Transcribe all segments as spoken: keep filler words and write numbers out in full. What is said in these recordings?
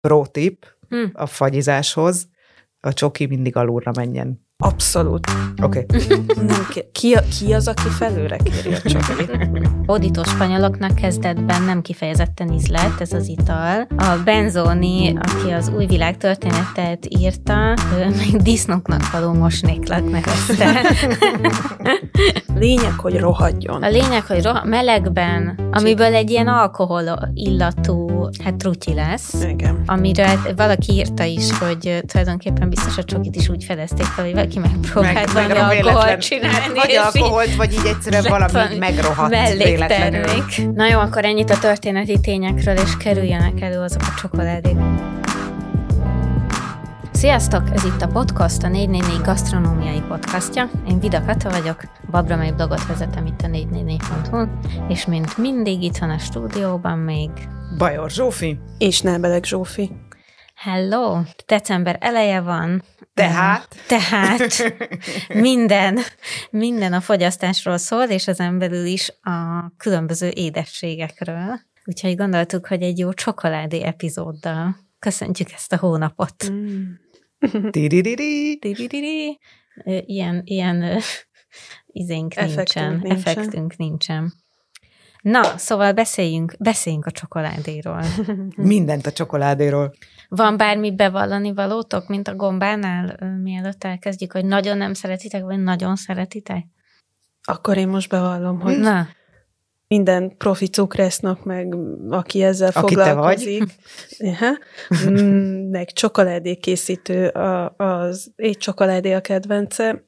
Pro tip Hm. a fagyizáshoz, a csoki mindig alulra menjen. Abszolút. Oké. Okay. Nem ki, ki, ki az, aki felőre kéri a csokit? Hódító spanyoloknak kezdetben nem kifejezetten ízlett ez az ital. A Benzoni, aki az új világ történetet írta, ő még disznóknak való mosnéknak nevezte. Lényeg, hogy rohadjon. A lényeg, hogy roha- melegben, amiből egy ilyen alkohol illatú, hát trutyi lesz. Igen. Amire valaki írta is, hogy tulajdonképpen biztos a csokit is úgy fedezték fel, hogy valaki megpróbált valami alkoholt csinálni. Vagy alkoholt, vagy így egyszerűen valami megrohadt véletlenül. Melléktermék. Na jó, akkor ennyit a történeti tényekről, és kerüljenek elő azok a csokoládék. Sziasztok! Ez itt a podcast, a négy négy négy gasztronómiai podcastja. Én Vida Kata vagyok, Babramai blogot vezetem itt a négy négy négy pont hu, és mint mindig itt van a stúdióban még Bajor Zsófi. És Nábelek Zsófi. Hello! December eleje van. Tehát? Tehát minden, minden a fogyasztásról szól, és ezen belül is a különböző édességekről. Úgyhogy gondoltuk, hogy egy jó csokoládé epizóddal köszöntjük ezt a hónapot. Mm. Tiririri. Tiririri. Ilyen, ilyen izénk Effektünk nincsen, nincsen. effektünk nincsen. Na, szóval beszéljünk, beszéljünk a csokoládéról. Mindent a csokoládéról. Van bármi bevallani valótok, mint a gombánál, mielőtt elkezdjük, hogy nagyon nem szeretitek, vagy nagyon szeretitek? Akkor én most bevallom, hogy Na, minden profi cukrásznak, meg aki ezzel Aki te foglalkozik, aha, mm, meg csokoládé készítő, a, az étcsokoládé a kedvence,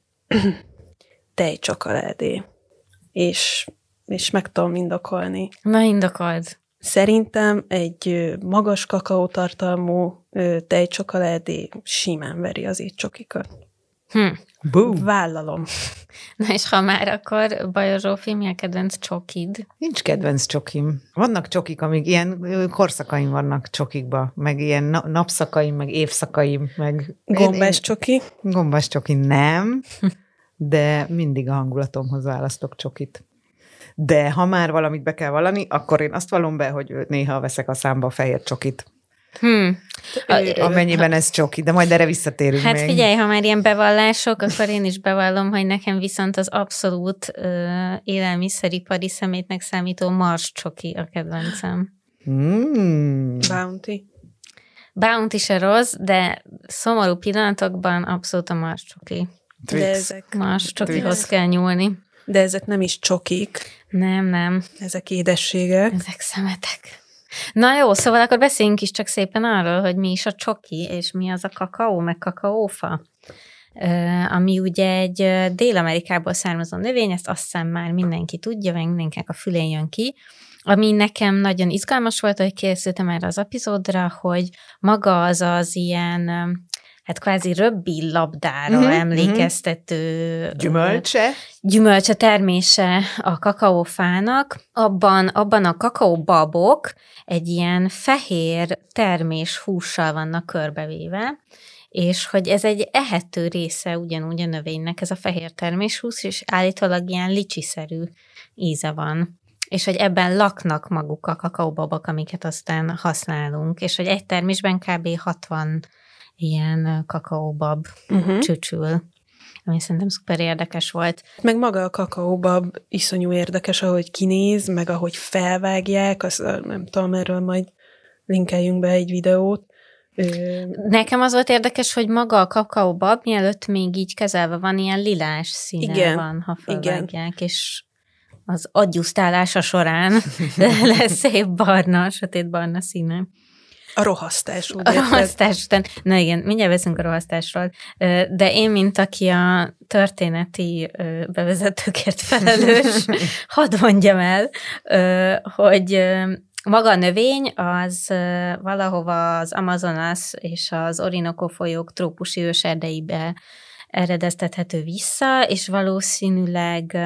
tejcsokoládé. És, és meg tudom indokolni. na indokold. Szerintem egy ö, magas kakaótartalmú ö, tejcsokoládé simán veri az étcsokikat. Hm. Boom. Vállalom. Na és ha már, akkor Bajor Zsófi, mi a kedvenc csokid? Nincs kedvenc csokim. Vannak csokik, amíg ilyen ö, korszakaim vannak csokikba, meg ilyen na- napszakaim, meg évszakaim, meg... Gombás csoki. Gombás csoki nem, de mindig a hangulatomhoz választok csokit. De ha már valamit be kell vallani, akkor én azt vallom be, hogy néha veszek a számba a fehér csokit. Hm. Amennyiben ez csoki, de majd erre visszatérünk Hát még. figyelj, ha már ilyen bevallások, akkor én is bevallom, hogy nekem viszont az abszolút ö, élelmiszeripari szemétnek számító Mars csoki a kedvencem. Mm. Bounty. Bounty se rossz, de szomorú pillanatokban abszolút a Mars csoki. De Twix. ezek, Mars csokihoz Twix. kell nyúlni. de ezek nem is csokik, Nem, nem. ezek édességek. Ezek szemetek. Na jó, szóval akkor beszéljünk is csak szépen arról, hogy mi is a csoki, és mi az a kakaó, meg kakaófa, ami ugye egy Dél-Amerikából származó növény, ezt azt hiszem már mindenki tudja, meg mindenkinek a fülén jön ki, ami nekem nagyon izgalmas volt, hogy készültem erre az epizódra, hogy maga az az ilyen, hát kvázi röbbi labdára Mhm, emlékeztető Gyümölcse? gyümölcse termése a kakaófának, abban, abban a kakaóbabok egy ilyen fehér termés hússal vannak körbevéve, és hogy ez egy ehető része ugyanúgy a növénynek, ez a fehér terméshús, és állítólag ilyen licsiszerű íze van. És hogy ebben laknak maguk a kakaóbabok, amiket aztán használunk, és hogy egy termésben kb. hatvan ilyen kakaóbab Uh-huh. csücsül, ami szerintem szuper érdekes volt. Meg maga a kakaóbab iszonyú érdekes, ahogy kinéz, meg ahogy felvágják, azt nem tudom, erről majd linkeljünk be egy videót. Ö, Nekem az volt érdekes, hogy maga a kakaóbab, mielőtt még így kezelve van, ilyen lilás színe Igen, van, ha felvágják, és az agyusztálása során lesz szép barna, sötét barna színe. a rohasztás, úgy A érted? rohasztás után, na igen, mindjárt beszélünk a rohasztásról, de én, mint aki a történeti bevezetőkért felelős, hadd mondjam el, hogy maga a növény az valahova az Amazonas és az Orinoco folyók trópusi őserdeibe eredeztethető vissza, és valószínűleg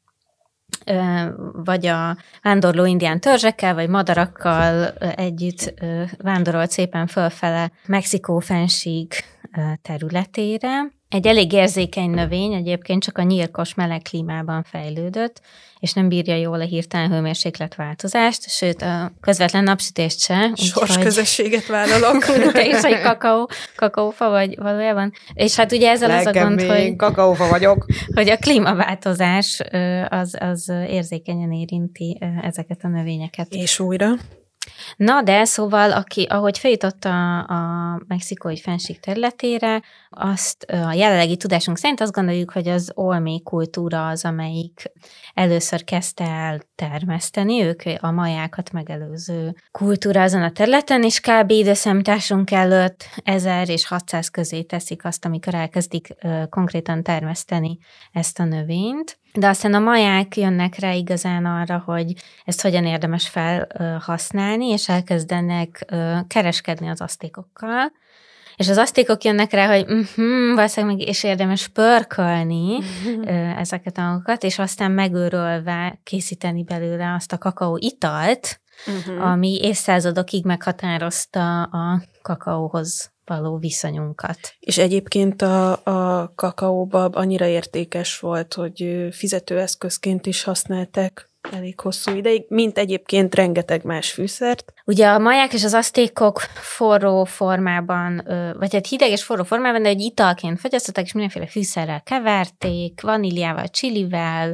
vagy a vándorló indián törzsekkel, vagy madarakkal együtt vándorolt szépen fölfele Mexikó fensík területére, Egy elég érzékeny növény, egyébként csak a nyírkos meleg klímában fejlődött, és nem bírja jól a hirtelen hőmérsékletváltozást, sőt a közvetlen napsütést se. Sors közösséget vállalok. Te is egy kakaó, kakaófa vagy valójában. És hát ugye ezzel az a gond, hogy, kakaófa vagyok. hogy a klímaváltozás az, az érzékenyen érinti ezeket a növényeket. És újra. Na, de szóval, aki, ahogy feljutott a, a mexikói fennsík területére, azt a jelenlegi tudásunk szerint azt gondoljuk, hogy az olmé kultúra az, amelyik először kezdte el termeszteni, ők a majákat megelőző kultúra azon a területen, és kb. Időszámításunk előtt ezer és hatszáz közé teszik azt, amikor elkezdik uh, konkrétan termeszteni ezt a növényt. De aztán a maják jönnek rá igazán arra, hogy ezt hogyan érdemes felhasználni, és elkezdenek uh, kereskedni az aztékokkal. És az aztékok jönnek rá, hogy uh-huh, valószínűleg meg is érdemes pörkölni uh, ezeket a dolgokat, és aztán megőrölve készíteni belőle azt a kakaó italt, uh-huh. ami évszázadokig meghatározta a kakaóhoz való viszonyunkat. És egyébként a, a kakaóbab annyira értékes volt, hogy fizetőeszközként is használták elég hosszú ideig, mint egyébként rengeteg más fűszert. Ugye a maják és az aztékok forró formában, vagy hát hideg és forró formában, de egy italként fogyasztották, és mindenféle fűszerrel keverték, vaníliával, csilivel,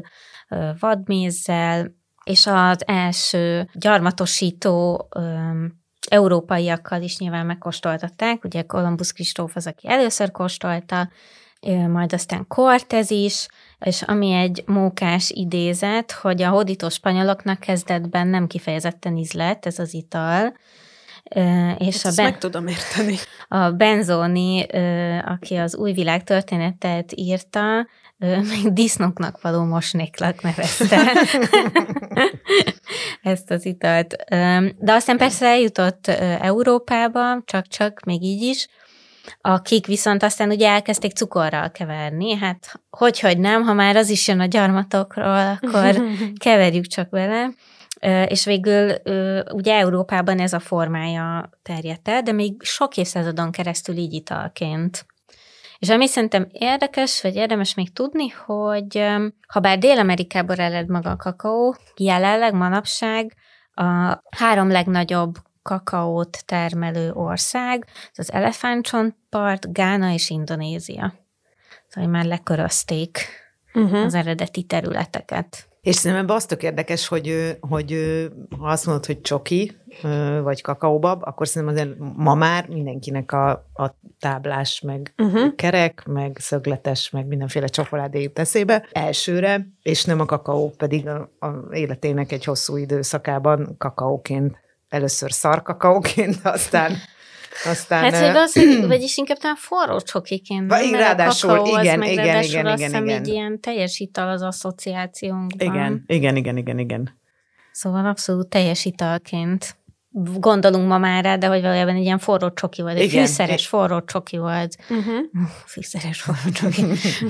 vadmézzel, és az első gyarmatosító európaiakkal is nyilván megkóstoltatták, ugye Kolumbusz Kristóf az, aki először kóstolta, majd aztán Cortez is, és ami egy mókás idézet, hogy a hódító spanyoloknak kezdetben nem kifejezetten ízlett ez az ital, és hát a ben- meg tudom érteni. A Benzoni, aki az új világ történetet írta, még disznóknak való mosnéknak nevezte ezt az italt. De aztán persze eljutott Európába, csak-csak, még így is, akik viszont aztán ugye elkezdték cukorral keverni, hát hogyhogy nem, ha már az is jön a gyarmatokról, akkor keverjük csak vele, és végül ugye Európában ez a formája terjedt el, de még sok évszázadon keresztül így italként. És ami szerintem érdekes, vagy érdemes még tudni, hogy ha bár Dél-Amerikából ered maga a kakaó, jelenleg manapság a három legnagyobb kakaót termelő ország, az elefántcsontpart, Gána és Indonézia. Szóval már lekörözték uh-huh. az eredeti területeket. És szerintem ebben az tök érdekes, hogy, hogy ha azt mondod, hogy csoki, vagy kakaóbab, akkor szerintem azért ma már mindenkinek a, a táblás, meg uh-huh. kerek, meg szögletes, meg mindenféle csokoládé jut eszébe elsőre, és nem a kakaó, pedig a, a életének egy hosszú időszakában kakaóként, először szarkakaóként, aztán Aztán, hát, hogy valószínűleg, vagyis inkább talán forró csokiként. Va, igen, ráadásul, igen, igen, meg igen, ráadásul igen, azt igen, hiszem, igen. egy ilyen teljes ital az asszociációnkban. Igen, igen, igen, igen, igen. Szóval abszolút teljes italként gondolunk ma már rá, de hogy valójában egy ilyen forró csoki volt, egy igen. fűszeres forró csoki volt. Uh-huh. Fűszeres forró csoki,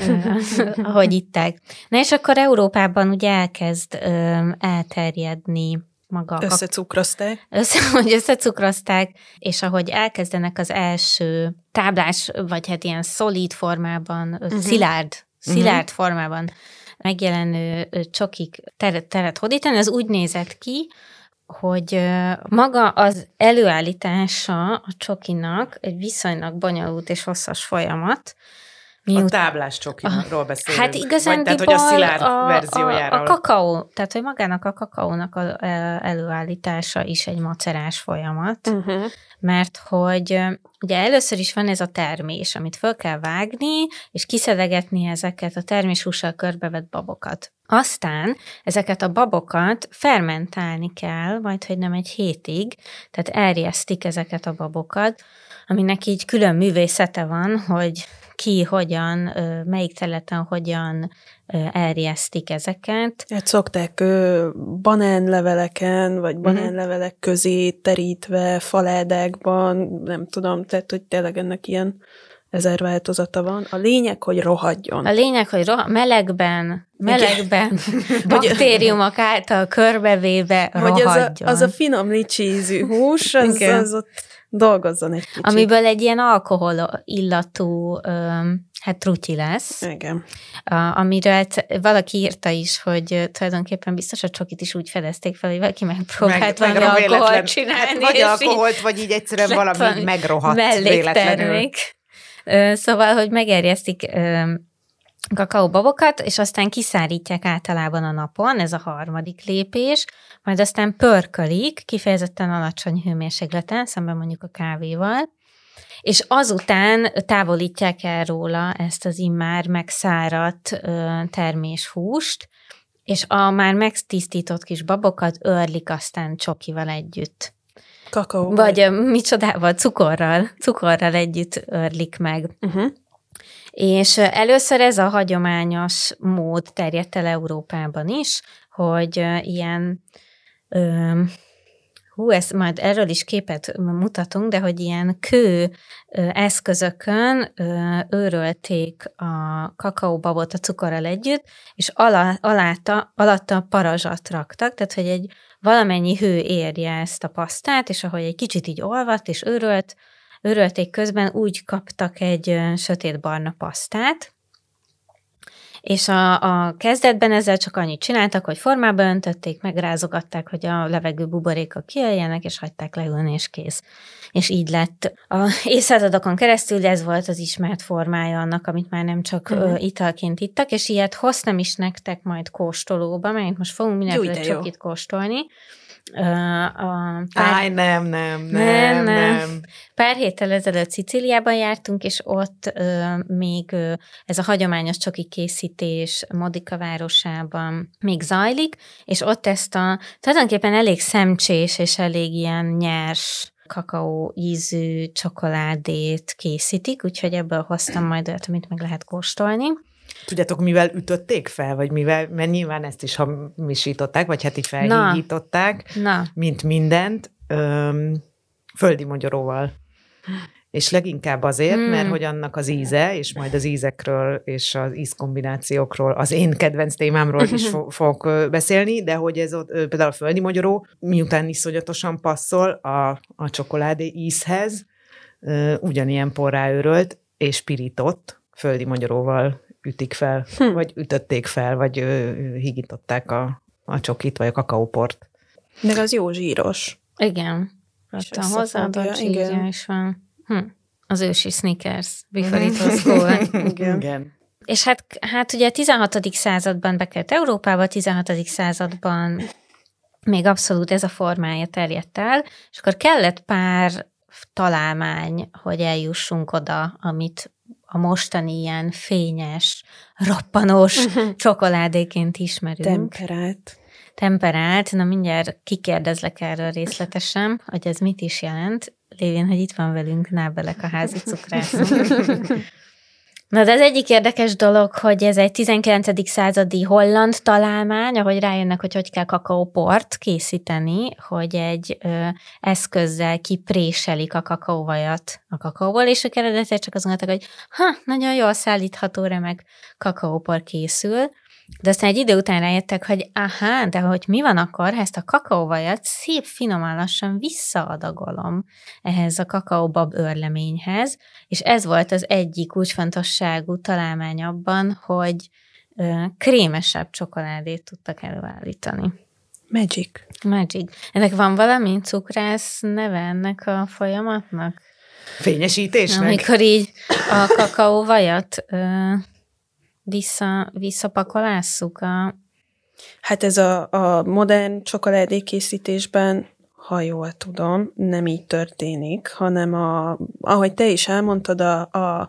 ahogy itták. Na és akkor Európában ugye elkezd um, elterjedni maga. Összecukrozták. Össze, hogy összecukrozták, és ahogy elkezdenek az első táblás, vagy hát ilyen szolid formában, uh-huh. szilárd, szilárd uh-huh. formában megjelenő csokik teret, teret hódítani, az úgy nézett ki, hogy maga az előállítása a csokinak egy viszonylag bonyolult és hosszas folyamat. Miut... A táblás csokiról beszélünk. Hát igazán vagy, tehát, hogy a szilárd a, verziójáról. A, a kakaó, tehát hogy magának a kakaónak az előállítása is egy macerás folyamat, uh-huh. mert hogy ugye először is van ez a termés, amit föl kell vágni, és kiszedegetni ezeket a terméshússal körbevett babokat. Aztán ezeket a babokat fermentálni kell, majd hogy nem egy hétig, tehát elriesztik ezeket a babokat, aminek így külön művészete van, hogy ki, hogyan, melyik területen hogyan elriesztik ezeket. Hát szokták banánleveleken, vagy banánlevelek közé terítve, faládákban, nem tudom, tehát hogy tényleg ennek ilyen ezer változata van. A lényeg, hogy rohadjon. A lényeg, hogy roha- melegben, melegben, baktériumok által körbevéve rohadjon. Hogy az a, az a finom licsízű hús, az, az ott dolgozzon egy kicsit. Amiből egy ilyen alkohol illatú, öm, hát trutyi lesz. Igen. A, amiről valaki írta is, hogy tulajdonképpen biztos a csokit is úgy fedezték fel, hogy valaki megpróbált meg, valami alkoholt csinálni. Hát vagy alkoholt, vagy így egyszerűen valami megrohadt véletlenül. Szóval, hogy megerjesztik kakaóbabokat, és aztán kiszárítják általában a napon, ez a harmadik lépés, majd aztán pörkölik, kifejezetten alacsony hőmérsékleten, szemben mondjuk a kávéval, és azután távolítják el róla ezt az immár megszáradt terméshúst, és a már megtisztított kis babokat őrlik aztán csokival együtt. Kakaóval. Vagy micsodával, cukorral, cukorral együtt őrlik meg. Uh-huh. És először ez a hagyományos mód terjedt el Európában is, hogy ilyen, ö, hú, ezt majd erről is képet mutatunk, de hogy ilyen kő eszközökön ö, őrölték a kakaóbabot a cukorral együtt, és alá, aláta, alatta parazsat raktak, tehát hogy egy valamennyi hő érje ezt a pasztát, és ahogy egy kicsit így olvadt és őrölt, őrölték közben, úgy kaptak egy sötétbarna pasztát, és a, a kezdetben ezzel csak annyit csináltak, hogy formába öntötték, megrázogatták, hogy a levegő buborékok kijöjjenek, és hagyták leülni, és kész. És így lett. A évszázadokon keresztül ez volt az ismert formája annak, amit már nem csak uh-huh. ö, italként ittak, és ilyet hoztam is nektek majd kóstolóba, mert most fogunk mindenféle csokit kóstolni. A pár... Áj, nem, nem, nem, nem, nem. Pár héttel ezelőtt Szicíliában jártunk, és ott ö, még ö, ez a hagyományos csoki készítés Modica városában még zajlik, és ott ezt a tulajdonképpen elég szemcsés és elég ilyen nyers kakaó ízű csokoládét készítik, úgyhogy ebből hoztam majd olyat, amit meg lehet kóstolni. Tudjátok, mivel ütötték fel, vagy mivel, mert nyilván ezt is hamisították, vagy hát így felhígították, Na. Na. mint mindent, öm, földi mogyoróval. És leginkább azért, hmm. mert hogy annak az íze, és majd az ízekről és az ízkombinációkról, az én kedvenc témámról is fo- fogok beszélni, de hogy ez ott, például a földi mogyoró, miután iszonyatosan passzol a, a csokoládé ízhez, ugyanilyen porrá őrölt és pirított földi mogyoróval ütik fel, hm. vagy ütötték fel, vagy ö, higították a, a csokit, vagy a kakaóport. De az jó zsíros. Igen. Ott a hozzáadott zsírja is van. Hm. Az ősi Snickers, before it was cool. Igen. Igen. És hát, hát ugye a tizenhatodik században bekelt Európába, a tizenhatodik században még abszolút ez a formája terjedt el, és akkor kellett pár találmány, hogy eljussunk oda, amit a mostani ilyen fényes, roppanós csokoládéként ismerünk. Temperált. Temperált. Na mindjárt kikérdezlek erről részletesen, hogy ez mit is jelent, lévén, hogy itt van velünk Nábelek, a házi cukrászunk. Na, de az egyik érdekes dolog, hogy ez egy tizenkilencedik századi holland találmány, ahogy rájönnek, hogy hogy kell kakaóport készíteni, hogy egy ö, eszközzel kipréselik a kakaóvajat a kakaóból, és ők eredetileg csak azt gondolták, hogy ha, nagyon jól szállítható, remek kakaópor készül, de aztán egy idő után rájöttek, hogy aha, de hogy mi van akkor, ha ezt a kakaóvajat szép finoman lassan visszaadagolom ehhez a kakaóbab őrleményhez, és ez volt az egyik kulcsfontosságú találmány abban, hogy ö, krémesebb csokoládét tudtak előállítani. Magic. Magic. Ennek van valami cukrász neve ennek a folyamatnak? Fényesítésnek? Amikor így a kakaóvajat... Ö, Vissza, visszapakolásszuk a... Hát ez a, a modern csokoládékészítésben, ha jól tudom, nem így történik, hanem a, ahogy te is elmondtad, a, a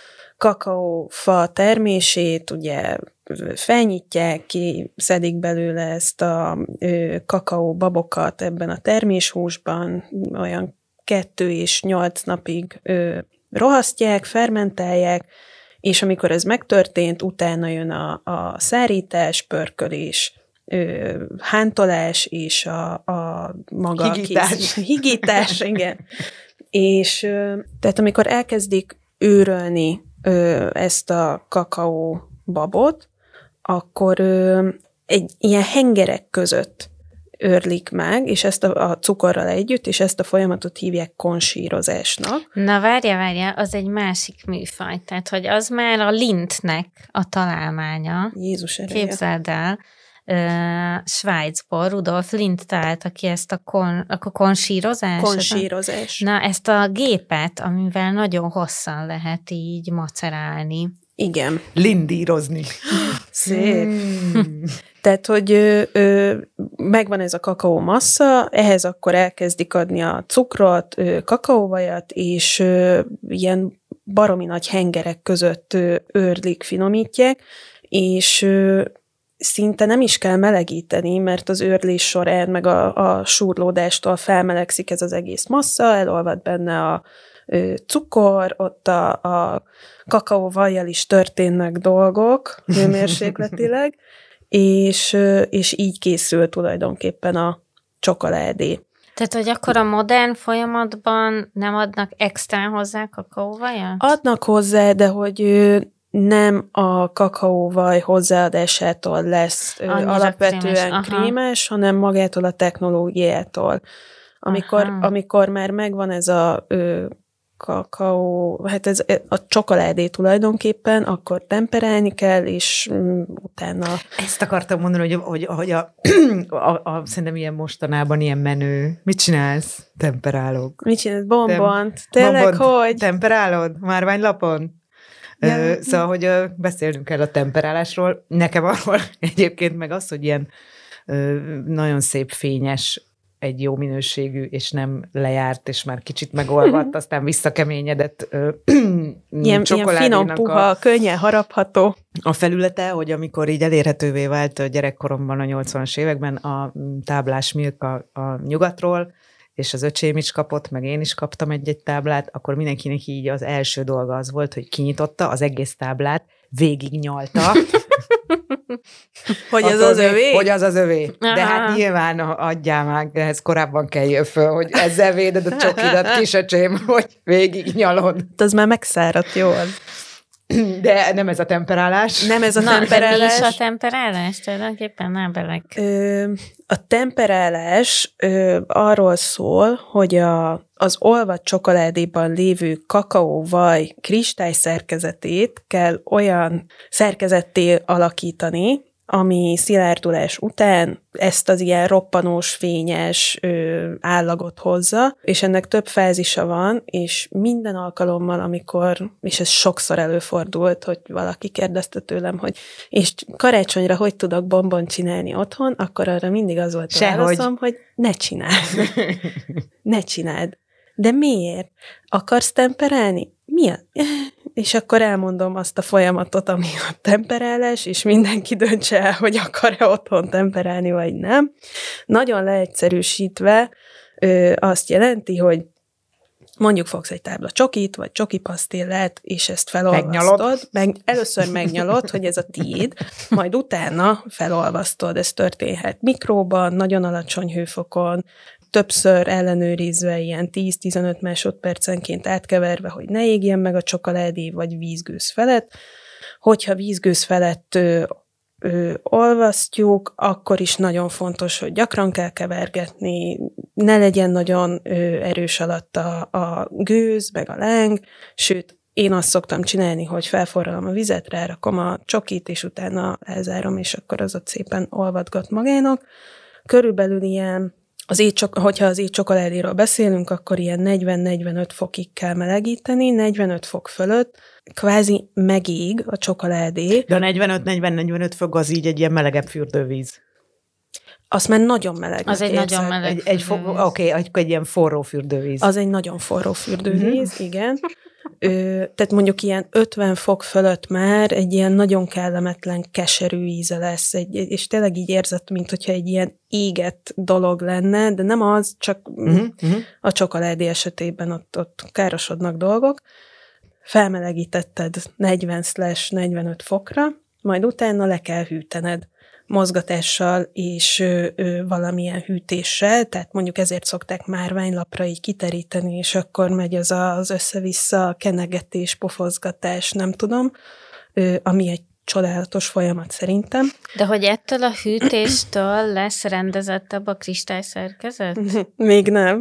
kakaófa termését ugye felnyitják ki, szedik belőle ezt a ö, kakaóbabokat ebben a terméshúsban, olyan kettő és nyolc napig ö, rohasztják, fermentálják, és amikor ez megtörtént, utána jön a, a szárítás, pörkölés, ö, hántolás és a, a maga higítás. Kész, higítás, igen. És ö, tehát amikor elkezdik őrölni ö, ezt a kakaó babot, akkor ö, egy ilyen hengerek között őrlik meg, és ezt a, a cukorral együtt, és ezt a folyamatot hívják konsírozásnak. Na várja, várja, az egy másik műfaj, tehát hogy az már a Lindtnek a találmánya. Jézus ereje. Képzeld el, uh, Svájcból Rudolf Lindt találta ki ezt a, kon, a konsírozás. Konsírozás. Na, ezt a gépet, amivel nagyon hosszan lehet így macerálni. Igen. Lindírozni. Szép. Mm. Tehát, hogy ö, ö, megvan ez a kakaó massza, ehhez akkor elkezdik adni a cukrot, ö, kakaóvajat, és ö, ilyen baromi nagy hengerek között ö, őrlik, finomítják, és ö, szinte nem is kell melegíteni, mert az őrlés során, meg a, a súrlódástól felmelegszik ez az egész massza, elolvad benne a ö, cukor, ott a, a kakaóvajjal is történnek dolgok, hőmérsékletileg, és, és így készül tulajdonképpen a csokoládé. Tehát, hogy akkor a modern folyamatban nem adnak extrán hozzá kakaóvajat? Adnak hozzá, de hogy nem a kakaóvaj hozzáadásától lesz Annyira alapvetően krémes, krémes, hanem magától a technológiától. Amikor, amikor már megvan ez a ö, kakaó, hát ez a csokoládé tulajdonképpen, akkor temperálni kell, és um, utána... Ezt akartam mondani, hogy, hogy, hogy a, a, a, szerintem ilyen mostanában ilyen menő. Mit csinálsz? Temperálok. Mit csinálsz? Bombont? Tényleg, hogy? Temperálod? Márványlapon? Ja. Ö, szóval, hogy ö, beszélnünk kell a temperálásról. Nekem arról egyébként meg az, hogy ilyen ö, nagyon szép fényes, egy jó minőségű, és nem lejárt, és már kicsit megolvadt, aztán visszakeményedett ö, ilyen, ilyen finom, puha, a, könnyen harapható. A felülete, hogy amikor így elérhetővé vált a gyerekkoromban, a nyolcvanas években a táblás milk a, a nyugatról, és az öcsém is kapott, meg én is kaptam egy-egy táblát, akkor mindenkinek így az első dolga az volt, hogy kinyitotta az egész táblát, végignyalta, hogy ez az övé? Hogy az az övé. De Aha. hát nyilván adjál már, ehhez korábban kell föl, hogy ezzel véded a csokidat, kisöcsém, hogy végignyalod. Az már megszáradt jól. De nem ez a temperálás. Nem ez a Na, temperálás. De mi is a temperálás? Tulajdonképpen nem belek. Ö, a temperálás ö, arról szól, hogy a, az olvadt csokoládéban lévő kakaóvaj kristály szerkezetét kell olyan szerkezetté alakítani, ami szilárdulás után ezt az ilyen roppanós, fényes ö, állagot hozza, és ennek több fázisa van, és minden alkalommal, amikor, és ez sokszor előfordult, hogy valaki kérdezte tőlem, hogy és karácsonyra hogy tudok bombont csinálni otthon, akkor arra mindig az volt a válaszom, hogy ne csináld. Ne csináld. De miért? Akarsz temperálni? Mi a... És akkor elmondom azt a folyamatot, ami a temperálás, és mindenki döntse el, hogy akar-e otthon temperálni, vagy nem. Nagyon leegyszerűsítve ö, azt jelenti, hogy mondjuk fogsz egy tábla csokit, vagy csokipasztillát, és ezt felolvasztod. Meg, először megnyalod, hogy ez a tiéd, majd utána felolvasztod. Ez történhet mikróban, nagyon alacsony hőfokon, többször ellenőrizve, ilyen tíz-tizenöt másodpercenként átkeverve, hogy ne égjen meg a csokoládé, vagy vízgőz felett. Hogyha vízgőz felett ö, ö, olvasztjuk, akkor is nagyon fontos, hogy gyakran kell kevergetni, ne legyen nagyon ö, erős alatt a, a gőz, meg a láng, sőt, én azt szoktam csinálni, hogy felforralom a vizet, rárakom a csokit, és utána elzárom, és akkor az ott szépen olvadgat magának. Körülbelül ilyen Az étcsok- hogyha az étcsokoládéról beszélünk, akkor ilyen negyven-negyvenöt fokig kell melegíteni, negyvenöt fok fölött kvázi megég a csokoládé. De a negyvenöt-negyven-negyvenöt fok az így egy ilyen melegebb fürdővíz. Az már nagyon meleg. Az egy érzed. Nagyon meleg egy, egy fo- Oké, okay, egy ilyen forró fürdővíz. Az egy nagyon forró fürdővíz, mm-hmm. igen. Ö, tehát mondjuk ilyen ötven fok fölött már egy ilyen nagyon kellemetlen, keserű íze lesz, egy, és tényleg így érzed, mint hogyha egy ilyen égett dolog lenne, de nem az, csak mm-hmm. a csokoládé esetében ott, ott károsodnak dolgok. Felmelegítetted negyven-negyvenöt fokra, majd utána le kell hűtened. mozgatással és ö, ö, valamilyen hűtéssel, tehát mondjuk ezért szokták márványlapra így kiteríteni, és akkor megy az az össze-vissza kenegetés, pofozgatás, nem tudom, ö, ami egy csodálatos folyamat szerintem. De hogy ettől a hűtéstől lesz rendezettebb a kristályszerkezet? Még nem.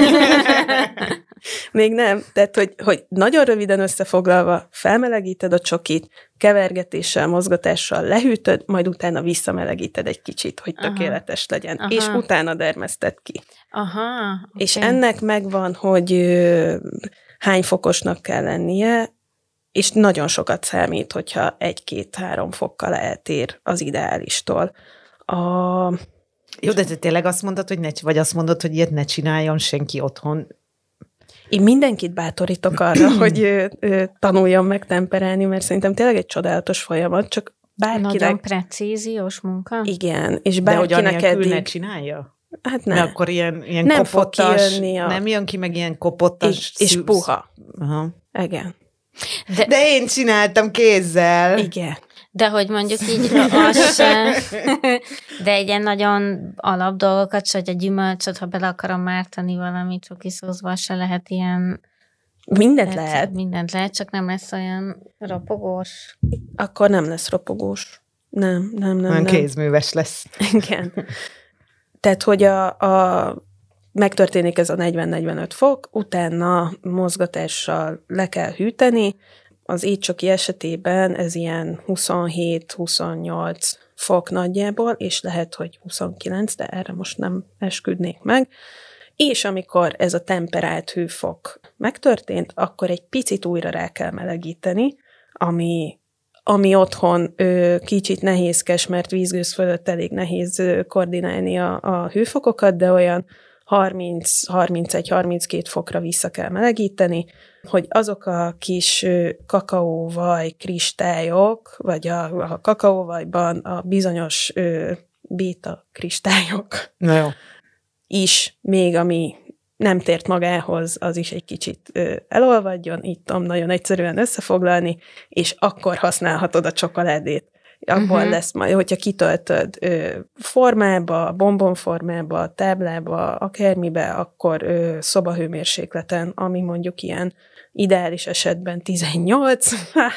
Még nem. Tehát, hogy, hogy nagyon röviden összefoglalva felmelegíted a csokit, kevergetéssel, mozgatással lehűtöd, majd utána visszamelegíted egy kicsit, hogy tökéletes Aha. legyen. Aha. És utána dermeszted ki. Aha. Okay. És ennek megvan, hogy ö, hány fokosnak kell lennie, és nagyon sokat számít, hogyha egy-két-három fokkal eltér az ideálistól. A... Jó, de te tényleg azt mondod, hogy ne, vagy azt mondod, hogy ilyet ne csináljon senki otthon? Én mindenkit bátorítok arra, hogy ö, ö, tanuljon meg temperálni, mert szerintem tényleg egy csodálatos folyamat, csak bárkinek... Nagyon precíziós munka? Igen, és bárkinek bárkinek de hogy anélkül eddig... ne csinálja? Hát nem. Mert akkor ilyen, ilyen nem kopottas... a... Nem jön ki meg ilyen kopottas... És, és puha. Aha. Igen. De, de én csináltam kézzel. Igen. De hogy mondjuk így az se, de egy ilyen nagyon alap dolgokat, se, hogy a gyümölcsöt, ha bele akarom mártani valami csokiszózba, se lehet ilyen... Mindent lehet, lehet. Mindent lehet, csak nem lesz olyan ropogós. Akkor nem lesz ropogós. Nem, nem, nem. Olyan nem. kézműves lesz. Igen. Tehát, hogy a, a megtörténik ez a negyven-negyvenöt fok, utána mozgatással le kell hűteni. Az étcsoki esetében ez ilyen huszonhét-huszonnyolc fok nagyjából, és lehet, hogy huszonkilenc, de erre most nem esküdnék meg. És amikor ez a temperált hőfok megtörtént, akkor egy picit újra rá kell melegíteni, ami, ami otthon ö, kicsit nehézkes, mert vízgőz fölött elég nehéz ö, koordinálni a, a hőfokokat, de olyan harminc-harmincegy-harminckét fokra vissza kell melegíteni, hogy azok a kis kakaóvaj kristályok, vagy a, a kakaóvajban a bizonyos ö, béta kristályok Na jó. is, még ami nem tért magához, az is egy kicsit ö, elolvadjon, így tudom nagyon egyszerűen összefoglalni, és akkor használhatod a csokoládét. Abból uh-huh. lesz majd, hogyha kitöltöd ö, formába, bombonformába, táblába, akármibe, akkor ö, szobahőmérsékleten, ami mondjuk ilyen ideális esetben tizennyolc,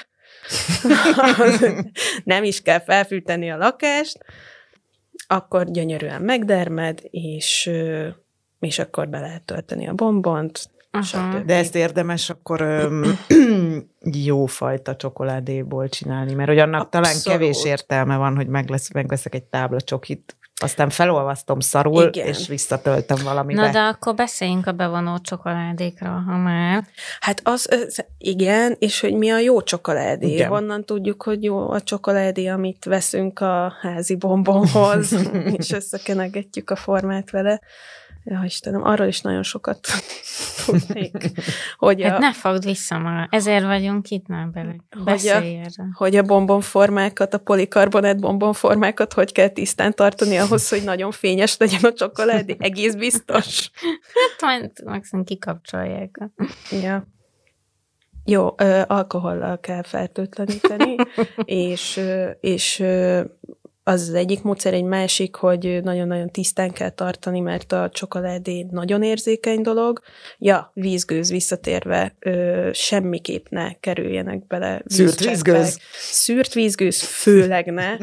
nem is kell felfűteni a lakást, akkor gyönyörűen megdermed, és, ö, és akkor be lehet tölteni a bombont. Uh-huh. De ezt érdemes akkor öm, jó fajta csokoládéból csinálni, mert hogy annak Abszolút. Talán kevés értelme van, hogy meglesz, megveszek egy tábla csokit, aztán felolvasztom szarul, Igen. és visszatöltöm valamibe. Na de akkor beszéljünk a bevonó csokoládékról, ha már. Hát az, az igen, és hogy mi a jó csokoládé. Igen. Honnan tudjuk, hogy jó a csokoládé, amit veszünk a házi bombonhoz, és összekenegetjük a formát vele. Ja, Istenem, arról is nagyon sokat tudnék. Hogy hát a, ne fogd vissza ma, ezért vagyunk itt, nem bele. Beszélj erre. Hogy a bombonformákat, a polikarbonát bombonformákat hogy kell tisztán tartani ahhoz, hogy nagyon fényes legyen a csokoládé. Egész biztos. Hát majd maximum kikapcsolják. Ja. Jó, ö, alkohollal kell fertőtleníteni, és, ö, és ö, az az egyik módszer, egy másik, hogy nagyon-nagyon tisztán kell tartani, mert a csokoládé nagyon érzékeny dolog. Ja, vízgőz visszatérve, ö, semmiképp ne kerüljenek bele Szűrt vízgőz? Szűrt vízgőz, főleg ne.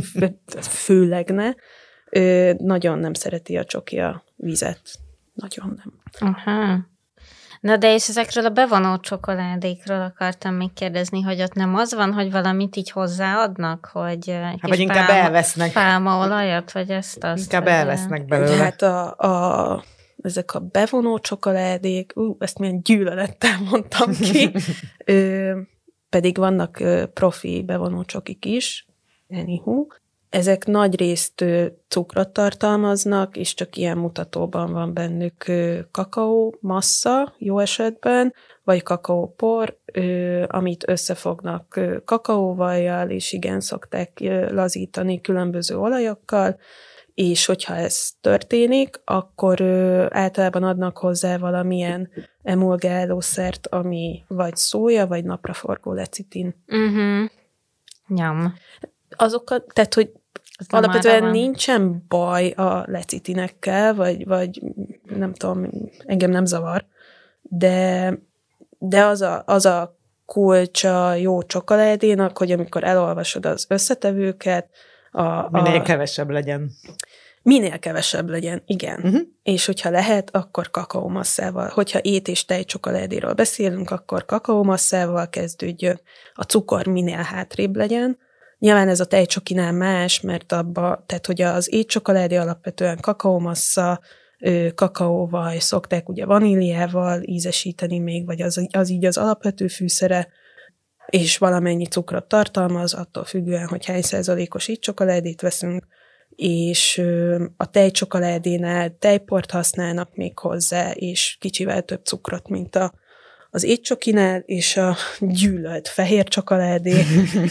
Főleg ne. Ö, nagyon nem szereti a csoki a vizet. Nagyon nem. Aha. Na de és ezekről a bevonó csokoládékról akartam még kérdezni, hogy ott nem az van, hogy valamit így hozzáadnak, hogy hát vagy inkább pálma, elvesznek. Pálmaolajat, vagy ezt azt. Inkább vagy elvesznek belőle. Hát a, a, ezek a bevonó csokoládék, ú, ezt milyen gyűlölettel mondtam ki, ö, pedig vannak ö, profi bevonó csokik is, anywho. Ezek nagyrészt cukrot tartalmaznak, és csak ilyen mutatóban van bennük kakaó massza, jó esetben, vagy kakaópor, amit összefognak kakaóvajjal, és igen, szokták lazítani különböző olajokkal, és hogyha ez történik, akkor általában adnak hozzá valamilyen emulgálószert, ami vagy szója, vagy napraforgó lecitin. Uh-huh. Nyom. Azokat, tehát, hogy Alapvetően nincsen baj a lecitinekkel, vagy, vagy nem tudom, engem nem zavar, de, de az, a, az a kulcsa jó csokoládénak, hogy amikor elolvasod az összetevőket, a, minél a, kevesebb legyen. Minél kevesebb legyen, igen. Uh-huh. És hogyha lehet, akkor kakaómasszával. Hogyha ét- és tejcsokoládéről beszélünk, akkor kakaómasszával kezdődjön. A cukor minél hátrébb legyen. Nyilván ez a tejcsokinál más, mert abba, tehát hogy az étcsokoládé alapvetően kakaómassza, kakaóval szokták ugye vaníliával ízesíteni még, vagy az, az így az alapvető fűszere, és valamennyi cukrot tartalmaz, attól függően, hogy hány százalékos étcsokoládét veszünk, és a tejcsokoládénál tejport használnak még hozzá, és kicsivel több cukrot, mint a, az étcsokinál, és a gyűlölt fehér csokoládé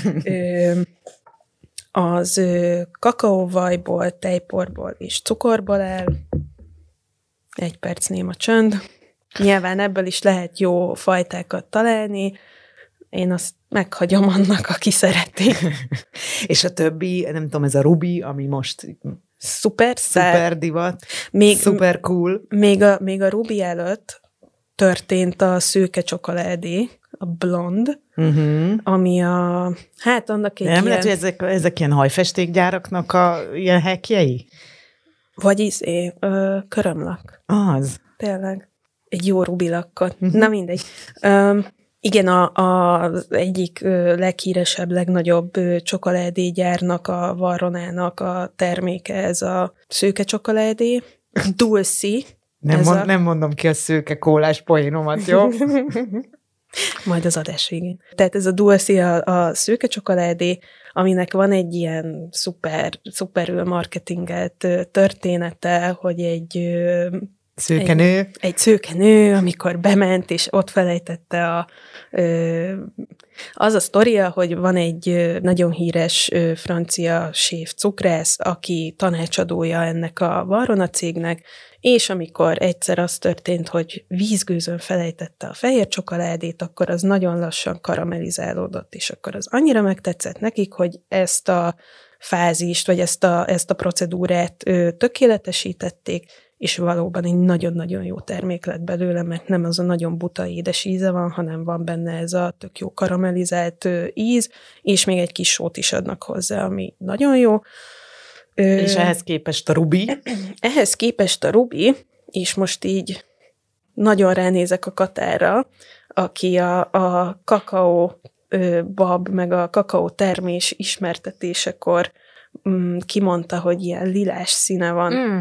az kakaóvajból, tejporból és cukorból áll. Egy perc néma csönd. Nyilván ebből is lehet jó fajtákat találni, én azt meghagyom annak, aki szereti. És a többi, nem tudom, ez a Ruby, ami most szuper, szuper divat, még, szuper cool. Még a, még a Ruby előtt történt a szőke csokoládé, a blond, uh-huh. ami a, hát annak egy nem ilyen... lehet, hogy ezek, ezek ilyen hajfestékgyáraknak a ilyen hackjei? Vagy izé, ö, körömlak. Az. Tényleg. Egy jó Ruby lakkot. Uh-huh. Na mindegy. Um, Igen, a, a, az egyik ö, leghíresebb, legnagyobb ö, csokoládégyárnak, a Varronának a terméke, ez a szőke csokoládé. Dulci. Nem, mond, a... nem mondom ki a szőke kólás poénomat, jó? Majd az adás végén. Tehát ez a Dulci a, a szőke csokoládé, aminek van egy ilyen szuper, szuperül marketingelt története, hogy egy... Szőkenő. Egy, egy szőkenő, amikor bement, és ott felejtette a... Ö, az a sztoria, hogy van egy nagyon híres ö, francia séf cukrász, aki tanácsadója ennek a Varrona cégnek, és amikor egyszer az történt, hogy vízgőzön felejtette a fehér csokoládét, akkor az nagyon lassan karamellizálódott, és akkor az annyira megtetszett nekik, hogy ezt a fázist, vagy ezt a, ezt a procedúrát ö, tökéletesítették, és valóban egy nagyon-nagyon jó termék lett belőle, mert nem az a nagyon buta édes íze van, hanem van benne ez a tök jó karamellizált íz, és még egy kis sót is adnak hozzá, ami nagyon jó. És ehhez képest a Ruby? Ehhez képest a Ruby, és most így nagyon ránézek a Katára, aki a, a kakaó bab, meg a kakaó termés ismertetésekor mm, kimondta, hogy ilyen lilás színe van, mm.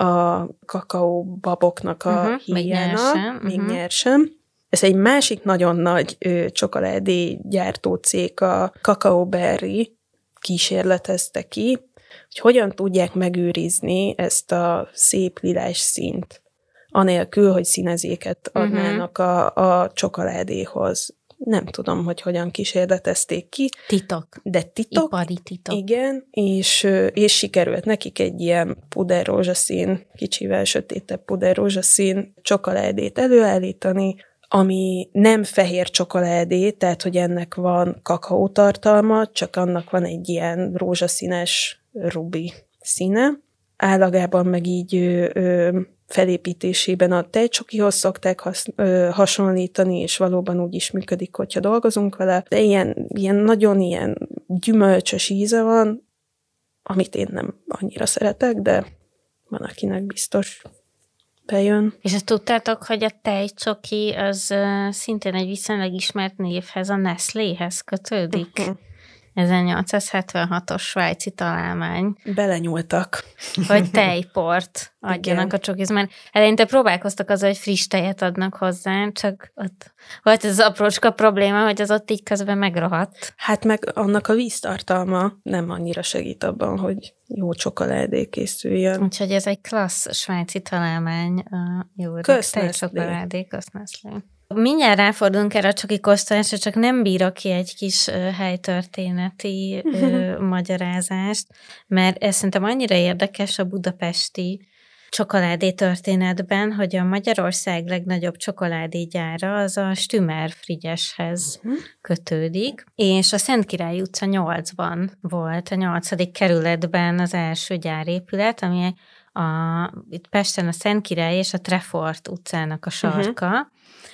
a kakaóbaboknak a uh-huh, híjának, még uh-huh. nyersen. Ez egy másik nagyon nagy ö, csokoládé gyártó cég, a Cacao Berry kísérletezte ki, hogy hogyan tudják megőrizni ezt a szép lilás színt, anélkül, hogy színezéket adnának uh-huh. a, a csokoládéhoz. Nem tudom, hogy hogyan kísérletezték ki. Titok. De titok. Ipari titok. Igen, és, és sikerült nekik egy ilyen puder rózsaszín, kicsivel sötétebb puder rózsaszín csokoládét előállítani, ami nem fehér csokoládé, tehát, hogy ennek van kakaótartalma, csak annak van egy ilyen rózsaszínes ruby színe. Állagában meg így ö, ö, felépítésében a tejcsokihoz szokták hasz, ö, hasonlítani, és valóban úgy is működik, hogyha dolgozunk vele. De ilyen, ilyen nagyon ilyen gyümölcsös íze van, amit én nem annyira szeretek, de van, akinek biztos bejön. És azt tudtátok, hogy a tejcsoki az uh, szintén egy viszonylag ismert névhez, a Nestléhez kötődik? Uh-huh. ezernyolcszázhetvenhatos svájci találmány. Belenyúltak. Hogy tejport adjanak a csokihoz. Mert eleinte próbálkoztak azzal, hogy friss tejet adnak hozzá, csak ott volt ez az aprócska probléma, hogy az ott így közben megrohadt. Hát meg annak a víztartalma nem annyira segít abban, hogy jó csokoládé készüljön. Úgyhogy ez egy klassz svájci találmány. Jó, tejcsokoládé, köszönöm. Mindjárt ráfordulunk erre a csoki kóstolásra, csak nem bírok ki egy kis ö, helytörténeti ö, magyarázást, mert ez szerintem annyira érdekes a budapesti csokoládé történetben, hogy a Magyarország legnagyobb csokoládégyára az a Stümer Frigyeshez uh-huh. kötődik, és a Szentkirály utca nyolcban volt, a nyolcadik kerületben az első gyárépület, ami a, itt Pesten a Szentkirály és a Trefort utcának a sarka, uh-huh.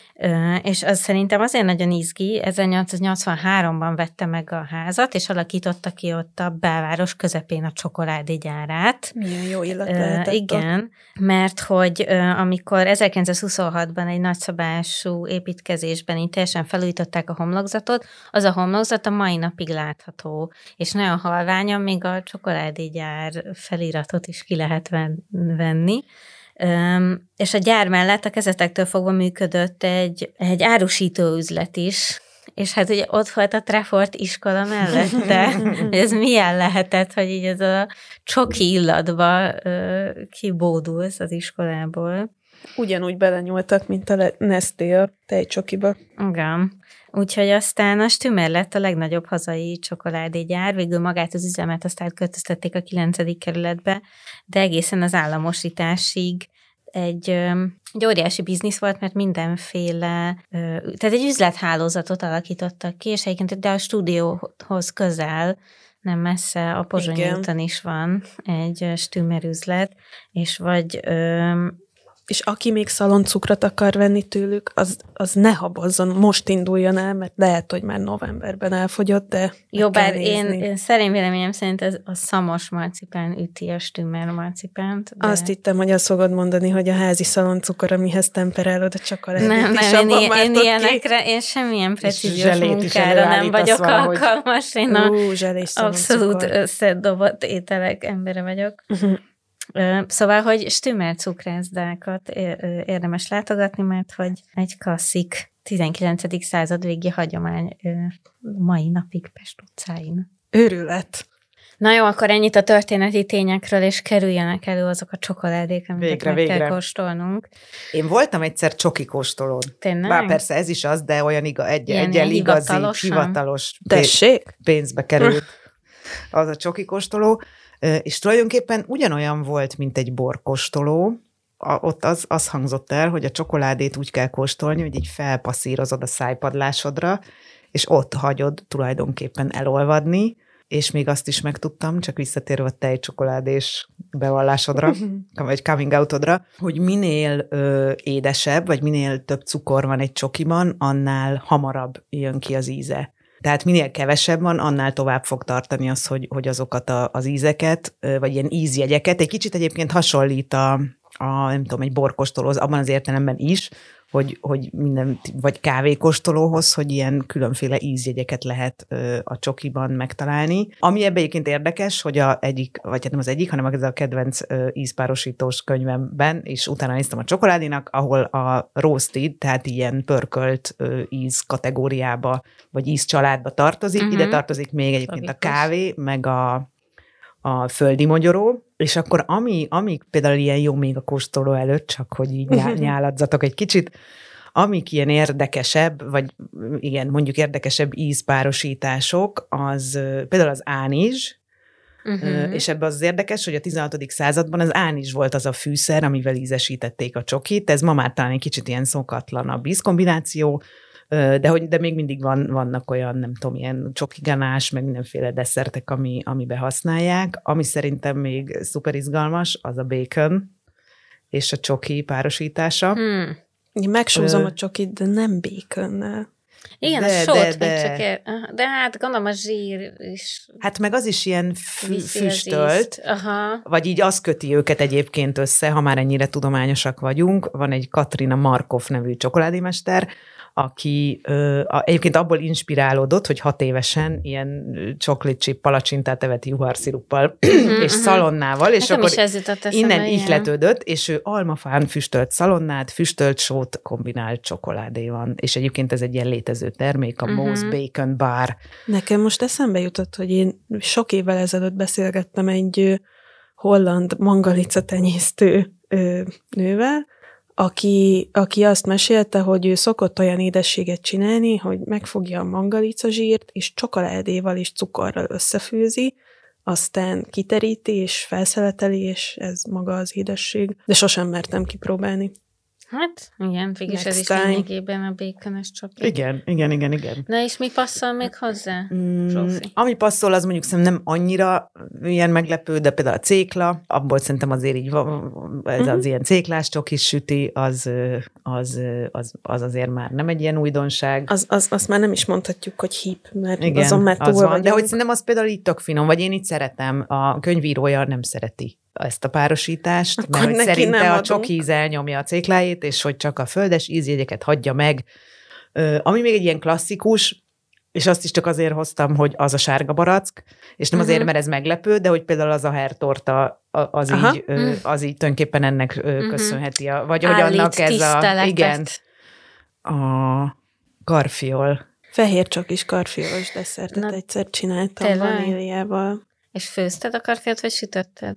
és az szerintem azért nagyon izgi, ezernyolcszáznyolcvanháromban vette meg a házat, és alakította ki ott a belváros közepén a csokoládégyárát. Milyen jó illat lehetett. Uh, igen, mert hogy uh, amikor ezerkilencszázhuszonhatban egy nagyszabású építkezésben így teljesen felújították a homlokzatot, az a homlokzat a mai napig látható, és nagyon halványan még a csokoládégyár feliratot is ki lehet venni. Um, és a gyár mellett a kezdetektől fogva működött egy, egy árusító üzlet is, és hát ugye ott volt a Trefort iskola mellette, hogy ez milyen lehetett, hogy így ez a csoki illatba uh, kibódulsz az iskolából. Ugyanúgy belenyúltak, mint a Nestlé a tejcsokiba. Igen. Úgyhogy aztán a Stümer lett a legnagyobb hazai csokoládégyár, végül magát az üzemet azt átköltöztették a kilencedik kerületbe, de egészen az államosításig egy, egy óriási biznisz volt, mert mindenféle, tehát egy üzlethálózatot alakítottak ki, és egyébként de a stúdióhoz közel, nem messze, a Pozsonyi úton is van egy Stümer üzlet, és vagy... És aki még szaloncukrot akar venni tőlük, az, az ne habozzon, most induljon el, mert lehet, hogy már novemberben elfogyott, de jó, bár én, én szerint véleményem szerint ez a szamos marcipán üti a Stümer marcipánt. De... Azt hittem, hogy azt fogod mondani, hogy a házi szaloncukor, amihez temperálod a csokoládét. Nem, nem, én, én ilyenekre, én semmilyen precíziós munkára nem vagyok alkalmas. Én a Ú, abszolút összedobott ételek embere vagyok. Uh-huh. Szóval, hogy Stümer cukrászdákat érdemes látogatni, mert hogy egy klasszik tizenkilencedik század végi hagyomány mai napig Pest utcáin. Őrület! Na jó, akkor ennyit a történeti tényekről, és kerüljenek elő azok a csokoládék, amiket végre, meg végre. kell kóstolnunk. Én voltam egyszer csoki kóstolón. Tényleg? Bár persze ez is az, de olyan iga, egy, egyel igazi, hivatalos Tessék? pénzbe került az a csoki kóstoló. És tulajdonképpen ugyanolyan volt, mint egy borkóstoló. Ott az, az hangzott el, hogy a csokoládét úgy kell kóstolni, hogy így felpasszírozod a szájpadlásodra, és ott hagyod tulajdonképpen elolvadni, és még azt is megtudtam, csak visszatérve a tejcsokoládés bevallásodra, vagy coming outodra, hogy minél ö, édesebb, vagy minél több cukor van egy csokiban, annál hamarabb jön ki az íze. Tehát minél kevesebb van, annál tovább fog tartani az, hogy, hogy azokat a, az ízeket, vagy ilyen ízjegyeket. Egy kicsit egyébként hasonlít a, a nem tudom, egy borkóstolóhoz, abban az értelemben is, hogy, hogy minden, vagy kávékóstolóhoz, hogy ilyen különféle ízjegyeket lehet a csokiban megtalálni. Ami ebben egyébként érdekes, hogy a egyik, vagy hát nem az egyik, hanem ez a kedvenc ízpárosítós könyvemben, és utána néztem a csokoládénak, ahol a roasted, tehát ilyen pörkölt íz kategóriába, vagy ízcsaládba tartozik. Uh-huh. Ide tartozik még egyébként a kávé, meg a a földi mogyoró, és akkor ami, ami például ilyen jó még a kóstoló előtt, csak hogy így nyáladzatok egy kicsit, amik ilyen érdekesebb, vagy igen, mondjuk érdekesebb ízpárosítások, az például az ánizs, uh-huh. és ebben az érdekes, hogy a tizenhatodik században az ánizs volt az a fűszer, amivel ízesítették a csokit, ez ma már talán egy kicsit ilyen szokatlanabb ízkombináció, de, hogy, de még mindig van, vannak olyan, nem tudom, ilyen csokiganás, meg mindenféle desszertek, ami, amiben használják. Ami szerintem még szuper izgalmas, az a bacon és a csoki párosítása. Hmm. Én megsózom Ö... a csokit, de nem baconnel. Igen, de, a sót de, de, csak ér... de hát gondolom a zsír is. Hát meg az is ilyen fü- füstölt, Aha. vagy így az köti őket egyébként össze, ha már ennyire tudományosak vagyunk. Van egy Katrina Markov nevű csokoládémester, aki ö, a, egyébként abból inspirálódott, hogy hat évesen ilyen chocolate chip palacsintát evett juharsziruppal és szalonnával, és Nekem akkor innen ihletődött, és ő almafán füstölt szalonnát, füstölt sót kombinált csokoládé van. És egyébként ez egy ilyen létező termék, a uh-huh. Moe's Bacon Bar. Nekem most eszembe jutott, hogy én sok évvel ezelőtt beszélgettem egy holland mangalica tenyésztő nővel, Aki, aki azt mesélte, hogy ő szokott olyan édességet csinálni, hogy megfogja a mangalicazsírt, és csokoládéval és cukorral összefőzi, aztán kiteríti, és felszeleteli, és ez maga az édesség. De sosem mertem kipróbálni. Hát, igen, végülis ez is time. lényegében a békönes csoki. Igen, igen, igen, igen. Na és mi passzol még hozzá? Mm, ami passzol, az mondjuk szerintem nem annyira ilyen meglepő, de például a cékla, abból szerintem azért így ez uh-huh. az ilyen céklás csokis süti, az, az, az, az azért már nem egy ilyen újdonság. Az, az, azt már nem is mondhatjuk, hogy hip, mert igen, azon már túl az van, vagyunk. de hogy szerintem az például így tök finom, vagy én így szeretem, a könyvírója nem szereti ezt a párosítást, akkor mert hogy szerinte a adunk. csoki íz elnyomja a céklájét, és hogy csak a földes ízjegyeket hagyja meg. Ö, ami még egy ilyen klasszikus, és azt is csak azért hoztam, hogy az a sárga barack, és nem uh-huh. azért, mert ez meglepő, de hogy például az a hertorta, az, így, ö, az így tulajdonképpen ennek ö, uh-huh. köszönheti. A, vagy hogy Állít annak ez tiszteletet. a... Igen, a karfiol. Fehér csokis karfiolos desszertet Na, egyszer csináltam tényleg? vaníliával. És főzted a karfiót, vagy sütötted?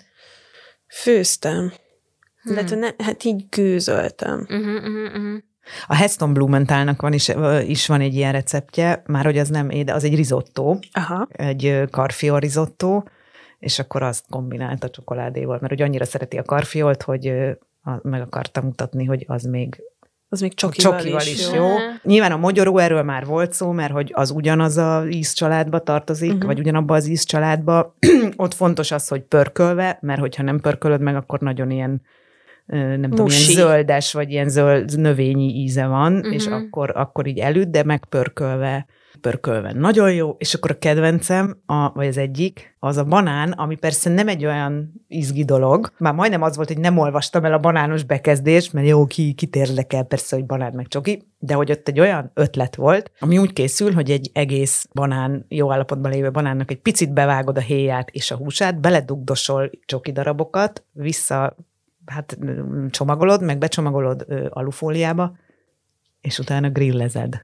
Főztem. Hmm. De ne, hát így gőzöltem. Uh-huh, uh-huh, uh-huh. A Heston Blumenthalnak van is, is van egy ilyen receptje, már hogy az nem éde, az egy risotto, Aha. egy karfiol risotto, és akkor azt kombinált a csokoládéval, mert hogy annyira szereti a karfiolt, hogy meg akarta mutatni, hogy az még az még csokival, csokival is, is jó. jó. Nyilván a mogyoró, erről már volt szó, mert hogy az ugyanaz az ízcsaládba tartozik, uh-huh. vagy ugyanabba az ízcsaládba. Ott fontos az, hogy pörkölve, mert hogyha nem pörkölöd meg, akkor nagyon ilyen, nem Musi. tudom, ilyen zöldes, vagy ilyen zöld növényi íze van, uh-huh. és akkor, akkor így elüt, de megpörkölve, pörkölve nagyon jó, és akkor a kedvencem, a, vagy az egyik, az a banán, ami persze nem egy olyan izgi dolog, már majdnem az volt, hogy nem olvastam el a banános bekezdést, mert jó, ki, kit érdekel persze, hogy banán meg csoki, de hogy ott egy olyan ötlet volt, ami úgy készül, hogy egy egész banán, jó állapotban lévő banánnak egy picit bevágod a héját és a húsát, beledugdosol csoki darabokat, vissza, hát csomagolod, meg becsomagolod ö, alufóliába, és utána grillezed.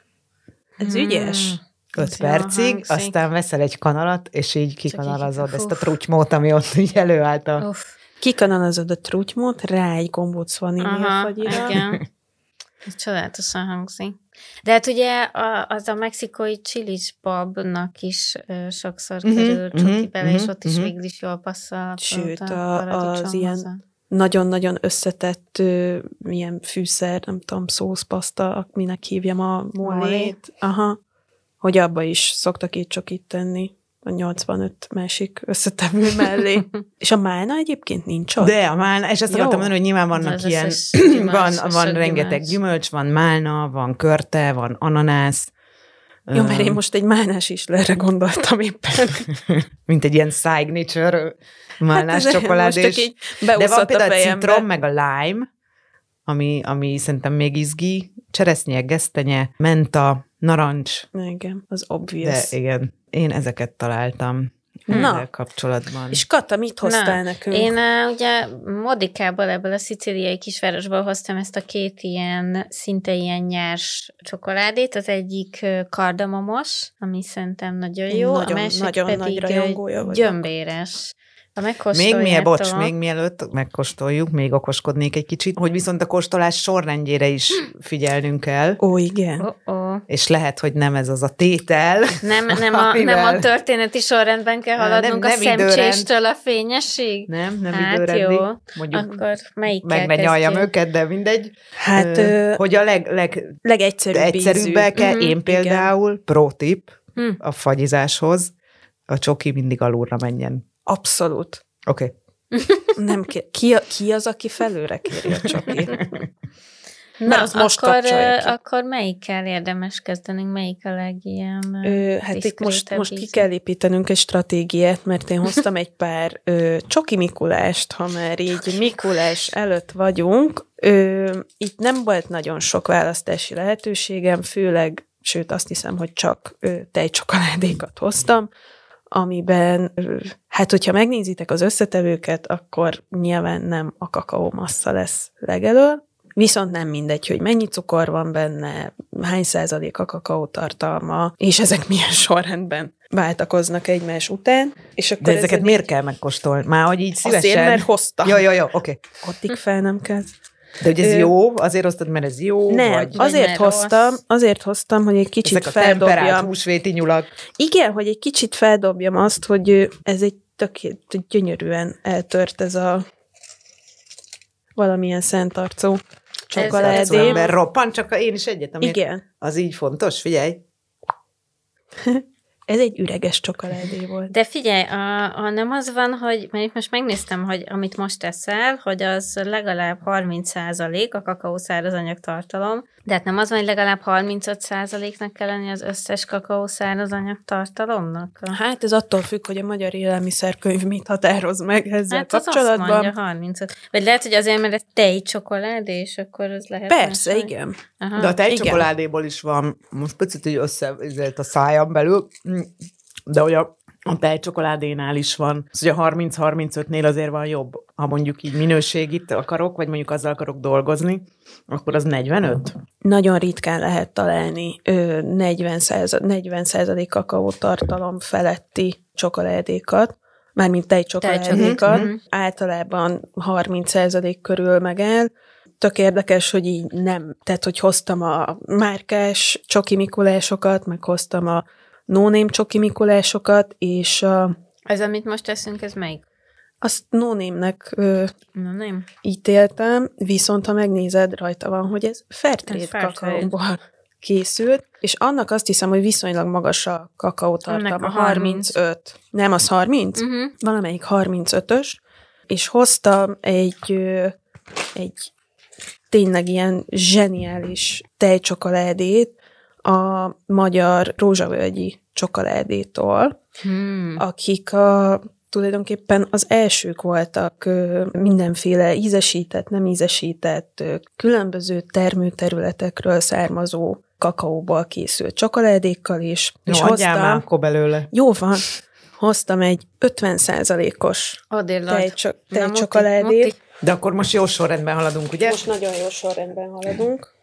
Ez ügyes. Öt percig, aztán veszel egy kanalat, és így kikanalazod ezt a trutymót, ami ott így előállt a... Uff. Kikanalazod a trutymót, rá egy gombóc vaníliafagyira. Igen. Ez csodálatosan hangzik. De hát ugye a, az a mexikói chilis babnak is uh, sokszor uh-huh, kerül csoki uh-huh, bele, uh-huh, és ott is uh-huh. végül is jól passzol. Sőt, a, az ilyen nagyon-nagyon összetett uh, ilyen fűszer, nem tudom, szószpaszta, minek hívjam a mollét. Aha. Hogy abba is szoktak így csokit tenni a nyolcvanöt másik összetevő mellé. És a málna egyébként nincs ott? De a málna, és ezt akartam mondani, hogy nyilván vannak az ilyen, gyümölcs, van, van rengeteg gyümölcs. gyümölcs, van málna, van körte, van ananász. Jó, mert én most egy málnás islerre gondoltam éppen. Mint egy ilyen signature málnás hát csokoládés. De van például a citrom, meg a lime, ami, ami szerintem még izgi, cseresznye, gesztenye, menta, narancs. Igen, az obvious. De igen, én ezeket találtam. Na, kapcsolatban. És Kata, mit hoztál Na, nekünk? Én uh, ugye Modikából, ebből a szicíliai kisvárosból hoztam ezt a két ilyen, szinte ilyen nyers csokoládét. Az egyik uh, kardamomos, ami szerintem nagyon jó, nagyon, a másik nagyon pedig nagy rajongója vagyok. Gyömbéres. Még mielőtt, bocs, még mielőtt megkóstoljuk, még okoskodnék egy kicsit, hogy viszont a kóstolás sorrendjére is figyelnünk kell. Ó, igen. Oh-oh. És lehet, hogy nem ez az a tétel. Nem, nem, a, nem a történeti sorrendben kell haladnunk, nem, nem a szemcséstől a fényesig? Nem, nem hát időrendi. Jó, mondjuk, akkor melyikkel meg ne nyaljam őket, de mindegy. Hát, ö, hogy a leg, leg, legegyszerűbbekkel, mm-hmm, én például, igen. Pro tip hm. a fagyizáshoz, a csoki mindig alulra menjen. Abszolút. Oké. Okay. Nem ki, ki, ki az, aki felőre kéri a csoki? Na, az most akkor, akkor melyikkel érdemes kezdenünk? Melyik a legilyen ö, Hát itt most, most ki kell építenünk egy stratégiát, mert én hoztam egy pár ö, csoki Mikulást, ha már így Mikulás előtt vagyunk. Ö, itt nem volt nagyon sok választási lehetőségem, főleg, sőt azt hiszem, hogy csak ö, tejcsokoládékat hoztam, amiben, hát hogyha megnézitek az összetevőket, akkor nyilván nem a kakaómassza lesz legelől, viszont nem mindegy, hogy mennyi cukor van benne, hány százalék a kakaó tartalma, és ezek milyen sorrendben váltakoznak egymás után. És akkor de ezeket miért kell megkóstolni? Már hogy így szívesen? Azért, mert hoztam. Jó, jó, jó, oké. Okay. Addig fel nem kezd. De hogy ez Ö... jó? Azért hoztad, mert ez jó? Nem, vagy... azért hoztam, azért hoztam, hogy egy kicsit Ezek a temperált feldobjam. húsvéti nyulak. Igen, hogy egy kicsit feldobjam azt, hogy ez egy tök gyönyörűen eltört ez a valamilyen szentarcú csokoládé. Ember roppan, csak én is egyet, ami igen. Az így fontos, figyelj. Ez egy üreges csokoládé volt. De figyelj, a, a nem az van, hogy mert most megnéztem, hogy amit most teszel, hogy az legalább harminc százalék a kakaó szárazanyag tartalom, de hát nem az van, hogy legalább harmincöt százaléknak kell lenni az összes kakaó szárazanyag tartalomnak? Hát ez attól függ, hogy a Magyar Élelmiszerkönyv mit határoz meg ezzel hát kapcsolatban. Hát az azt mondja, harmincöt. Vagy lehet, hogy azért, mert ez tejcsokoládé, és akkor az lehet. Persze, más, igen. Aha. De a tejcsokoládéból is van, most picit így összeizelt a szájam belül, de hogy a, a tejcsokoládénál is van. Az, hogy a harminc-harmincötnél azért van jobb. Ha mondjuk így minőségit akarok, vagy mondjuk azzal akarok dolgozni, akkor az negyvenöt? Nagyon ritkán lehet találni ö, negyven százalék kakaó tartalom feletti csokoládékat, mármint tejcsokoládékat. Mm-hmm. Általában harminc százalék körül megáll. Tök érdekes, hogy így nem, tehát hogy hoztam a márkás csoki mikulásokat, meg hoztam a no-name csoki mikulásokat, és a... Ez, amit most teszünk, ez melyik? Azt no-name-nek ö, no-name. ítéltem, viszont ha megnézed, rajta van, hogy ez Fairtrade kakaóból készült, és annak azt hiszem, hogy viszonylag magas a kakaótartalma, harmincöt. Nem, az harminc? Uh-huh. Valamelyik harmincötös, és hoztam egy, ö, egy tényleg ilyen zseniális tejcsokoládét a magyar rózsavölgyi csokoládétól, hmm. akik a, tulajdonképpen az elsők voltak ö, mindenféle ízesített, nem ízesített, ö, különböző termőterületekről származó kakaóból készült csokoládékkal is. Jó, és adjál már akkor belőle. Jó van. Hoztam egy ötven százalékos tejcsokoládét. De akkor most jó sorrendben haladunk, ugye? Most nagyon jó sorrendben haladunk.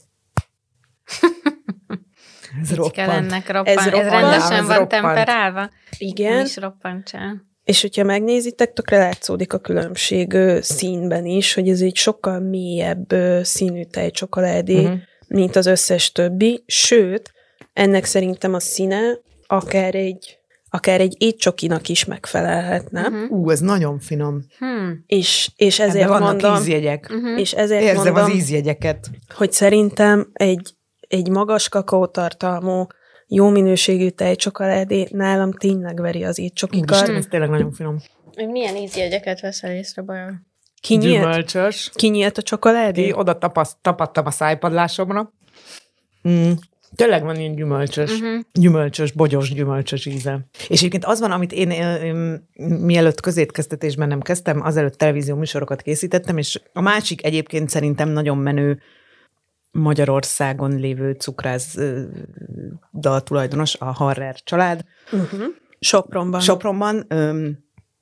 Ez roppant. Ennek roppant. Ez, roppant. Ez rendesen ez van roppant. Temperálva? Igen. Nem is roppantsál. És hogyha megnézitek, tökre látszódik a különbség színben is, hogy ez egy sokkal mélyebb színű tejcsokoládé, uh-huh. mint az összes többi. Sőt, ennek szerintem a színe akár egy akár egy étcsokinak is megfelelhetne. Uh-huh. Ú, ez nagyon finom. Hmm. És, és ezért ebben vannak mondom... ízjegyek. Uh-huh. És ezért érzem mondom, az ízjegyeket. Hogy szerintem egy, egy magas kakaótartalmú, jó minőségű tejcsokoládé nálam tényleg veri az étcsokikat. Úristen, ez tényleg nagyon finom. Milyen ízjegyeket veszel észre, Bajor? Kinyílt? Gyümölcsös. Kinyílt a csokoládé? Én oda tapasz, tapadtam a szájpadlásomra. Mm. Tényleg van ilyen gyümölcsös, uh-huh. gyümölcsös, bogyos gyümölcsös íze. És egyébként az van, amit én, én, én mielőtt közétkeztetésben nem kezdtem, azelőtt televízió műsorokat készítettem, és a másik egyébként szerintem nagyon menő Magyarországon lévő cukrászda tulajdonos, a Harrer család. Uh-huh. Sopronban. Sopronban. Öm,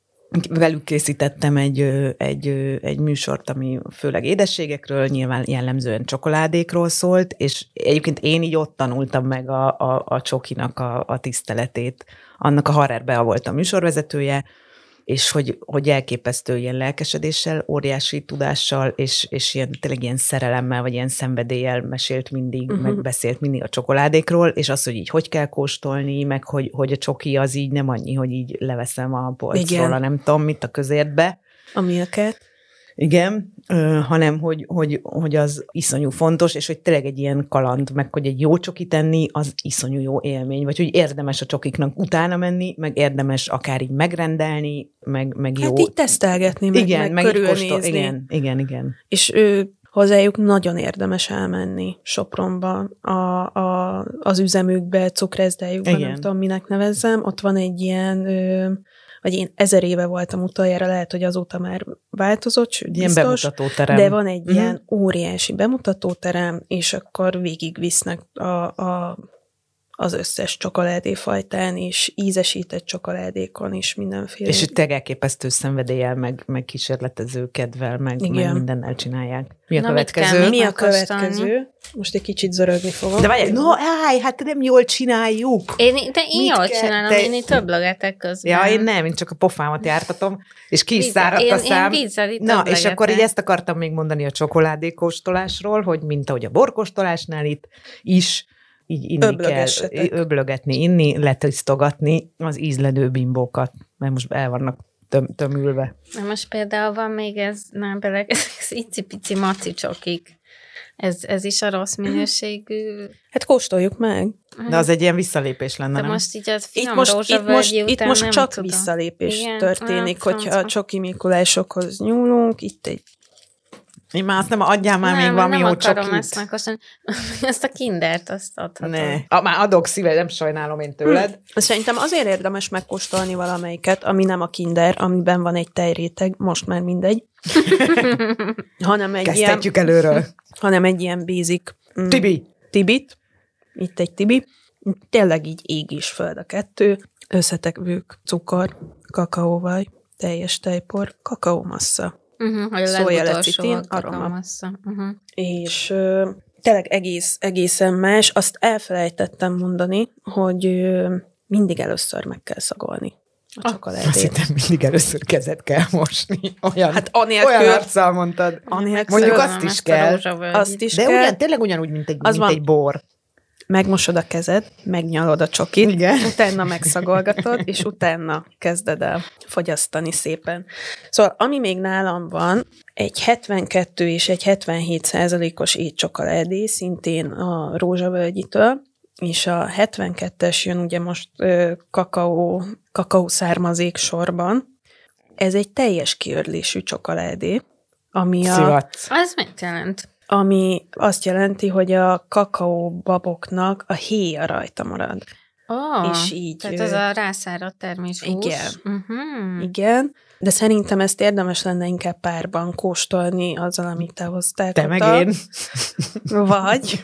velük készítettem egy, egy, egy műsort, ami főleg édességekről, nyilván jellemzően csokoládékról szólt, és egyébként én így ott tanultam meg a, a, a csokinak a, a tiszteletét. Annak a Harrer Bea volt a műsorvezetője, és hogy, hogy elképesztő ilyen lelkesedéssel, óriási tudással, és, és ilyen, tényleg ilyen szerelemmel, vagy ilyen szenvedéllyel mesélt mindig, uh-huh. meg beszélt mindig a csokoládékról, és az, hogy így hogy kell kóstolni, meg hogy, hogy a csoki az így nem annyi, hogy így leveszem a polcról, a nem tudom mit a közértbe. A milket. Igen, ö, hanem hogy, hogy, hogy az iszonyú fontos, és hogy tényleg egy ilyen kaland, meg hogy egy jó csoki tenni, az iszonyú jó élmény, vagy hogy érdemes a csokiknak utána menni, meg érdemes akár így megrendelni, meg, meg jó. Hát így tesztelgetni, meg, igen, meg, meg körülnézni. Igen, igen, igen. És ő, hozzájuk nagyon érdemes elmenni Sopronban, a, a, az üzemükbe, cukrászdájukban, nem tudom, minek nevezzem. Ott van egy ilyen... Ö, vagy én ezer éve voltam utoljára, lehet, hogy azóta már változott, sőt, ilyen biztos, bemutatóterem. De van egy uh-huh. ilyen óriási bemutatóterem, és akkor végigvisznek a, a, az összes csokoládéfajtán is, ízesített csokoládékon is, mindenféle. És tényleg elképesztő szenvedéllyel, meg, meg kísérletező kedvel, meg, meg mindennel csinálják. Mi a Na, következő? Mi a következő? Most egy kicsit zörögni fogok. De várj, no, állj, hát nem jól csináljuk. Én, de én Mit jól kell- csinálom, te- én itt többlegetek közben. Ja, én nem, én csak a pofámat jártatom, és ki is Vízzel- száradt én- a én szám. vízzel itt Na, és többlegetek. akkor így ezt akartam még mondani a csokoládékóstolásról, hogy mint ahogy a borkóstolásnál itt is, így inni Öblögessetek. kell, öblögetni, inni, letisztogatni az ízlelő bimbókat, mert most el vannak töm- tömülve. Na most például van még ez, nem beleg, ez icipici maci csokik. Ez, ez is a rossz minőségű. Hát kóstoljuk meg. De az egy ilyen visszalépés lenne, De nem? most így az Itt finom most, itt rózsavölgyi most, itt után most nem csak tudom. visszalépés Igen, történik, olyan hogyha a francba. csoki Mikulásokhoz nyúlunk, itt egy Én már azt nem, adjál már nem, még valami nem jó akarom csokit. ezt megkóstolni. Ezt a kindert, azt adhatom. Ne. A, már adok szíve, nem sajnálom én tőled. Szerintem azért érdemes megkóstolni valamelyiket, ami nem a Kinder, amiben van egy tejréteg, most már mindegy, hanem egy, ilyen, Kezdhetjük előről. hanem egy ilyen basic mm, Tibi! tibit, itt egy tibi, tényleg így ég is föld a kettő, összetevők, cukor, kakaóvaj, teljes tejpor, kakaómassza, Uh-huh, hogy a Szójalecitin, legutolsó aroma. kakaómassza. Uh-huh. és ö, tényleg egész, egészen más. Azt elfelejtettem mondani, hogy ö, mindig először meg kell szagolni a Azt csokoládét. hittem, mindig először kezet kell mosni. Olyan, Hát anélkül, olyan arccal mondtad. anélkül Mondjuk Szöröm azt is ezt a kell. rózsavölgyit. azt is De kell, ugyan, tényleg ugyanúgy, mint egy, Az mint van. egy bor. megmosod a kezed, megnyalod a csokit, Igen. utána megszagolgatod, és utána kezded el fogyasztani szépen. Szóval, ami még nálam van, egy hetvenkettő és egy hetvenhét százalékos étcsokoládé, szintén a rózsavölgyitől, és a hetvenkettes jön ugye most ö, kakaó, kakaó származék sorban. Ez egy teljes kiörlésű csokoládé, ami a, Szivatsz. Az mit jelent? ami azt jelenti, hogy a kakaóbaboknak a héja rajta marad. Oh, És így, Tehát ö, az a rászáradt terméshús. igen. Uh-huh. Igen, de szerintem ezt érdemes lenne inkább párban kóstolni azzal, amit te hoztál. Te Kata. meg én. Vagy.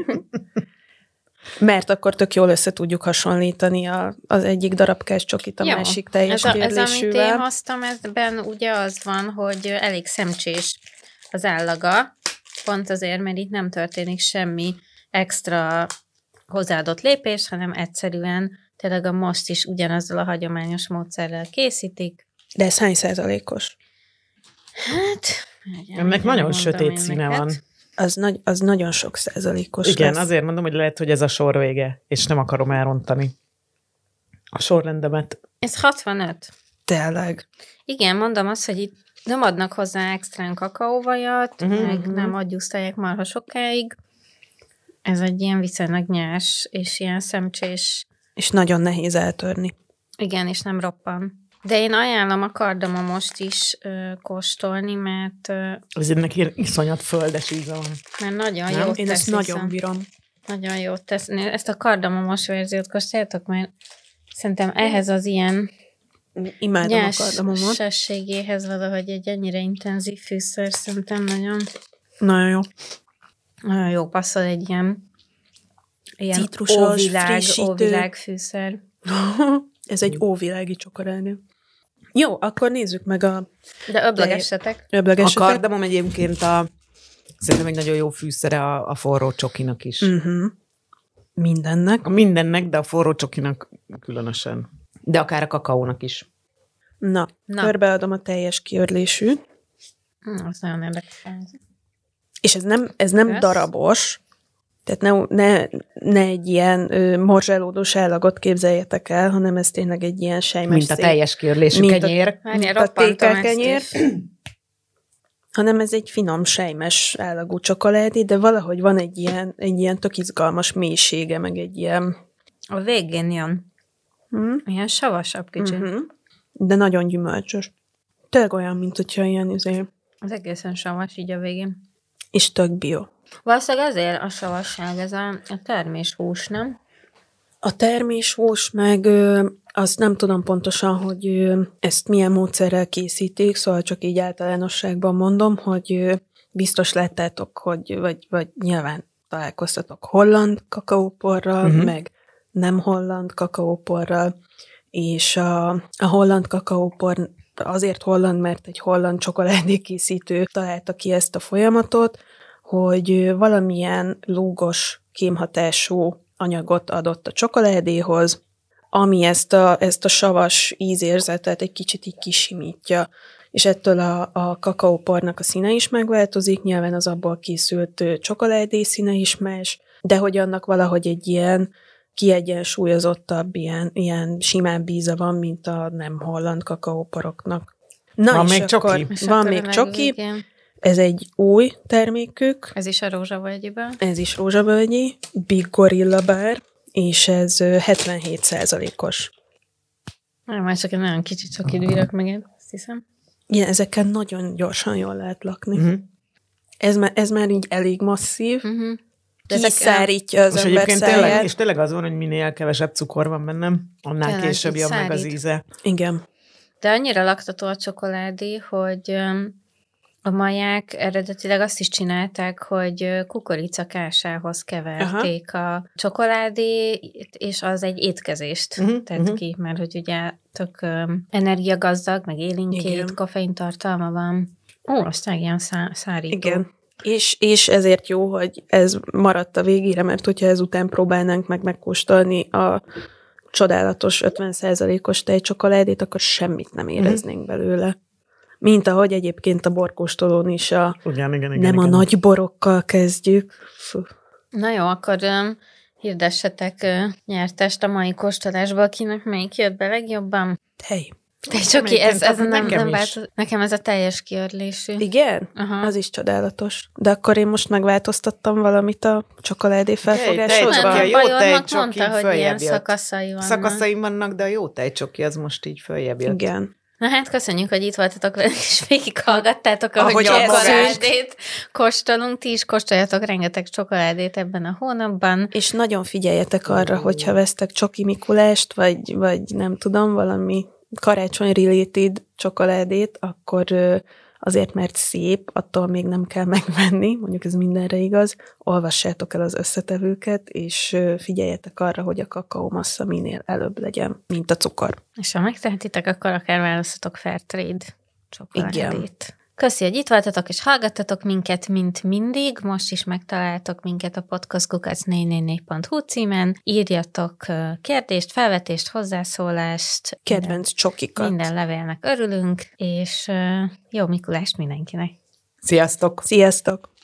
Mert akkor tök jól össze tudjuk hasonlítani a, az egyik darabkás csokit a Jó. másik teljes ez, a, ez, amit én kérlésűvel. hoztam, ebben ugye az van, hogy elég szemcsés az állaga, pont azért, mert itt nem történik semmi extra hozzáadott lépés, hanem egyszerűen tényleg a most is ugyanazzal a hagyományos módszerrel készítik. De ez hány százalékos? Hát... Ennek nagyon mondom sötét én színe neked. van. Az, nagy, az nagyon sok százalékos Igen, lesz. azért mondom, hogy lehet, hogy ez a sor vége, és nem akarom elrontani a sorrendemet. Ez hatvanöt. Tényleg. Igen, mondom azt, hogy itt nem adnak hozzá extrán kakaóvajat, Mhm. uh-huh. meg nem adjusztálják marha sokáig. Ez egy ilyen viszonylag nyers, és ilyen szemcsés. És nagyon nehéz eltörni. Igen, és nem roppan. De én ajánlom a kardamomost is ö, kóstolni, mert, ö, Ez ennek ilyen iszonyat földes íze van. mert nagyon Nem? jót Én tesz. ezt nagyon viszont. bírom. Nagyon jót tesz. Ezt a kardamomos verziót kóstoljátok, mert szerintem ehhez az ilyen Imádom a kardamomot. nyerssességéhez valahogy egy ennyire intenzív fűszer szerintem nagyon, Nagyon jó. nagyon jó passzol egy ilyen, ilyen Citrusos, óvilág, frissítő. óvilág fűszer. Ez egy óvilági csokoládé. Jó, akkor nézzük meg a De öblögessetek. A öblögesetek. kardamom egyébként a, szerintem egy nagyon jó fűszere a, a forró csokinak is. Uh-huh. Mindennek. A mindennek, de a forró csokinak különösen. De akár a kakaónak is. Na, Na. körbeadom a teljes kiörlésű. Hm, az nagyon érdekes. És ez nem, ez nem Kösz. darabos, tehát ne, ne, ne egy ilyen ö, morzsálódós állagot képzeljetek el, hanem ez tényleg egy ilyen sejmes Mint a szép- teljes kiörlésű Mint a- kenyér. Várjál, Mint a roppantom ezt tékelkenyér. is. hanem ez egy finom, sejmes állagú csokoládé, de valahogy van egy ilyen, egy ilyen tök izgalmas mélysége, meg egy ilyen... A végén jön. Hm? Ilyen savasabb kicsit. Uh-huh. De nagyon gyümölcsös. Tényleg olyan, mint hogyha ilyen izé, Az egészen savas így a végén. és tök bio. Valószínűleg azért a savasság, ez a, a terméshús, nem? A terméshús meg ö, azt nem tudom pontosan, hogy ö, ezt milyen módszerrel készítik, szóval csak így általánosságban mondom, hogy ö, biztos láttátok, hogy vagy, vagy nyilván találkoztatok holland kakaóporral, Mhm. uh-huh. meg nem holland kakaóporral, és a, a holland kakaópor azért holland, mert egy holland csokoládékészítő találta ki ezt a folyamatot, hogy valamilyen lúgos kémhatású anyagot adott a csokoládéhoz, ami ezt a, ezt a savas ízérzetet egy kicsit így kisimítja, és ettől a, a kakaópornak a színe is megváltozik, nyilván az abból készült csokoládé színe is más, de hogy annak valahogy egy ilyen kiegyensúlyozottabb, ilyen, ilyen simább íze van, mint a nem holland kakaóporoknak. Na van és még akkor csoki? van még csoki. Ez egy új termékük. Ez is a rózsavölgyiben. Ez is rózsavölgyi, Big Gorilla Bar, és ez hetvenhét százalékos. Nem, már csak egy nagyon kicsit csokit bírok meg, azt hiszem. Igen, ezeken nagyon gyorsan jól lehet lakni. Uh-huh. Ez, már, ez már így elég masszív. Uh-huh. Kiszárítja az és ember egyébként száját. tényleg, és tényleg az van, hogy minél kevesebb cukor van bennem, annál Tényleg, később így jobb meg az szárít. íze. Igen. De annyira laktató a csokoládé, hogy öm, a maják eredetileg azt is csinálták, hogy kukoricakásához keverték Aha. a csokoládét, és az egy étkezést uh-huh, tett uh-huh. ki, mert hogy ugye tök öm, energiagazdag, meg élénkét, koffein tartalma van. Ó, azt meg ilyen szá- szárító. Igen. És, és ezért jó, hogy ez maradt a végére, mert hogyha ezután próbálnánk meg megkóstolni a csodálatos ötven százalékos tejcsokoládét, akkor semmit nem éreznénk mm. belőle. Mint ahogy egyébként a borkóstolón is a igen, igen, igen, nem igen. a nagy borokkal kezdjük. Fú. Na jó, akkor um, hirdessetek uh, nyertest a mai kóstolásból, kinek melyik jött be legjobban. Tej. Te csoki, ez, ez nem, nekem nem is. változ. Nekem ez a teljes kiörlésű. Igen? Aha. Az is csodálatos. De akkor én most megváltoztattam valamit a csokoládé felfogásodban. tejcsoki, a jó Bajornak tejcsoki mondta, hogy följebb ilyen jött. szakaszai vannak. Szakaszai vannak, de a jó tejcsoki az most így följebb jött. Igen. Na hát köszönjük, hogy itt voltatok velünk, és végighallgattátok, ahogy Ahogy csokoládét kóstolunk. Ti is kóstoljatok rengeteg csokoládét ebben a hónapban. És nagyon figyeljetek arra, hogyha vesztek csoki Mikulást, vagy, vagy nem tudom, valami karácsony-related csokoládét, akkor azért, mert szép, attól még nem kell megvenni, mondjuk ez mindenre igaz, olvassátok el az összetevőket, és figyeljetek arra, hogy a kakaómassza minél előbb legyen, mint a cukor. És ha megtehetitek, akkor akár választatok Fairtrade csokoládét. Igen. Köszi, hogy itt voltatok, és hallgattatok minket, mint mindig. Most is megtaláltok minket a podcast kukac négy négy négy pont hu címen. Írjatok kérdést, felvetést, hozzászólást. Kedvenc minden, csokikat. Minden levélnek örülünk, és jó Mikulást mindenkinek. Sziasztok! Sziasztok!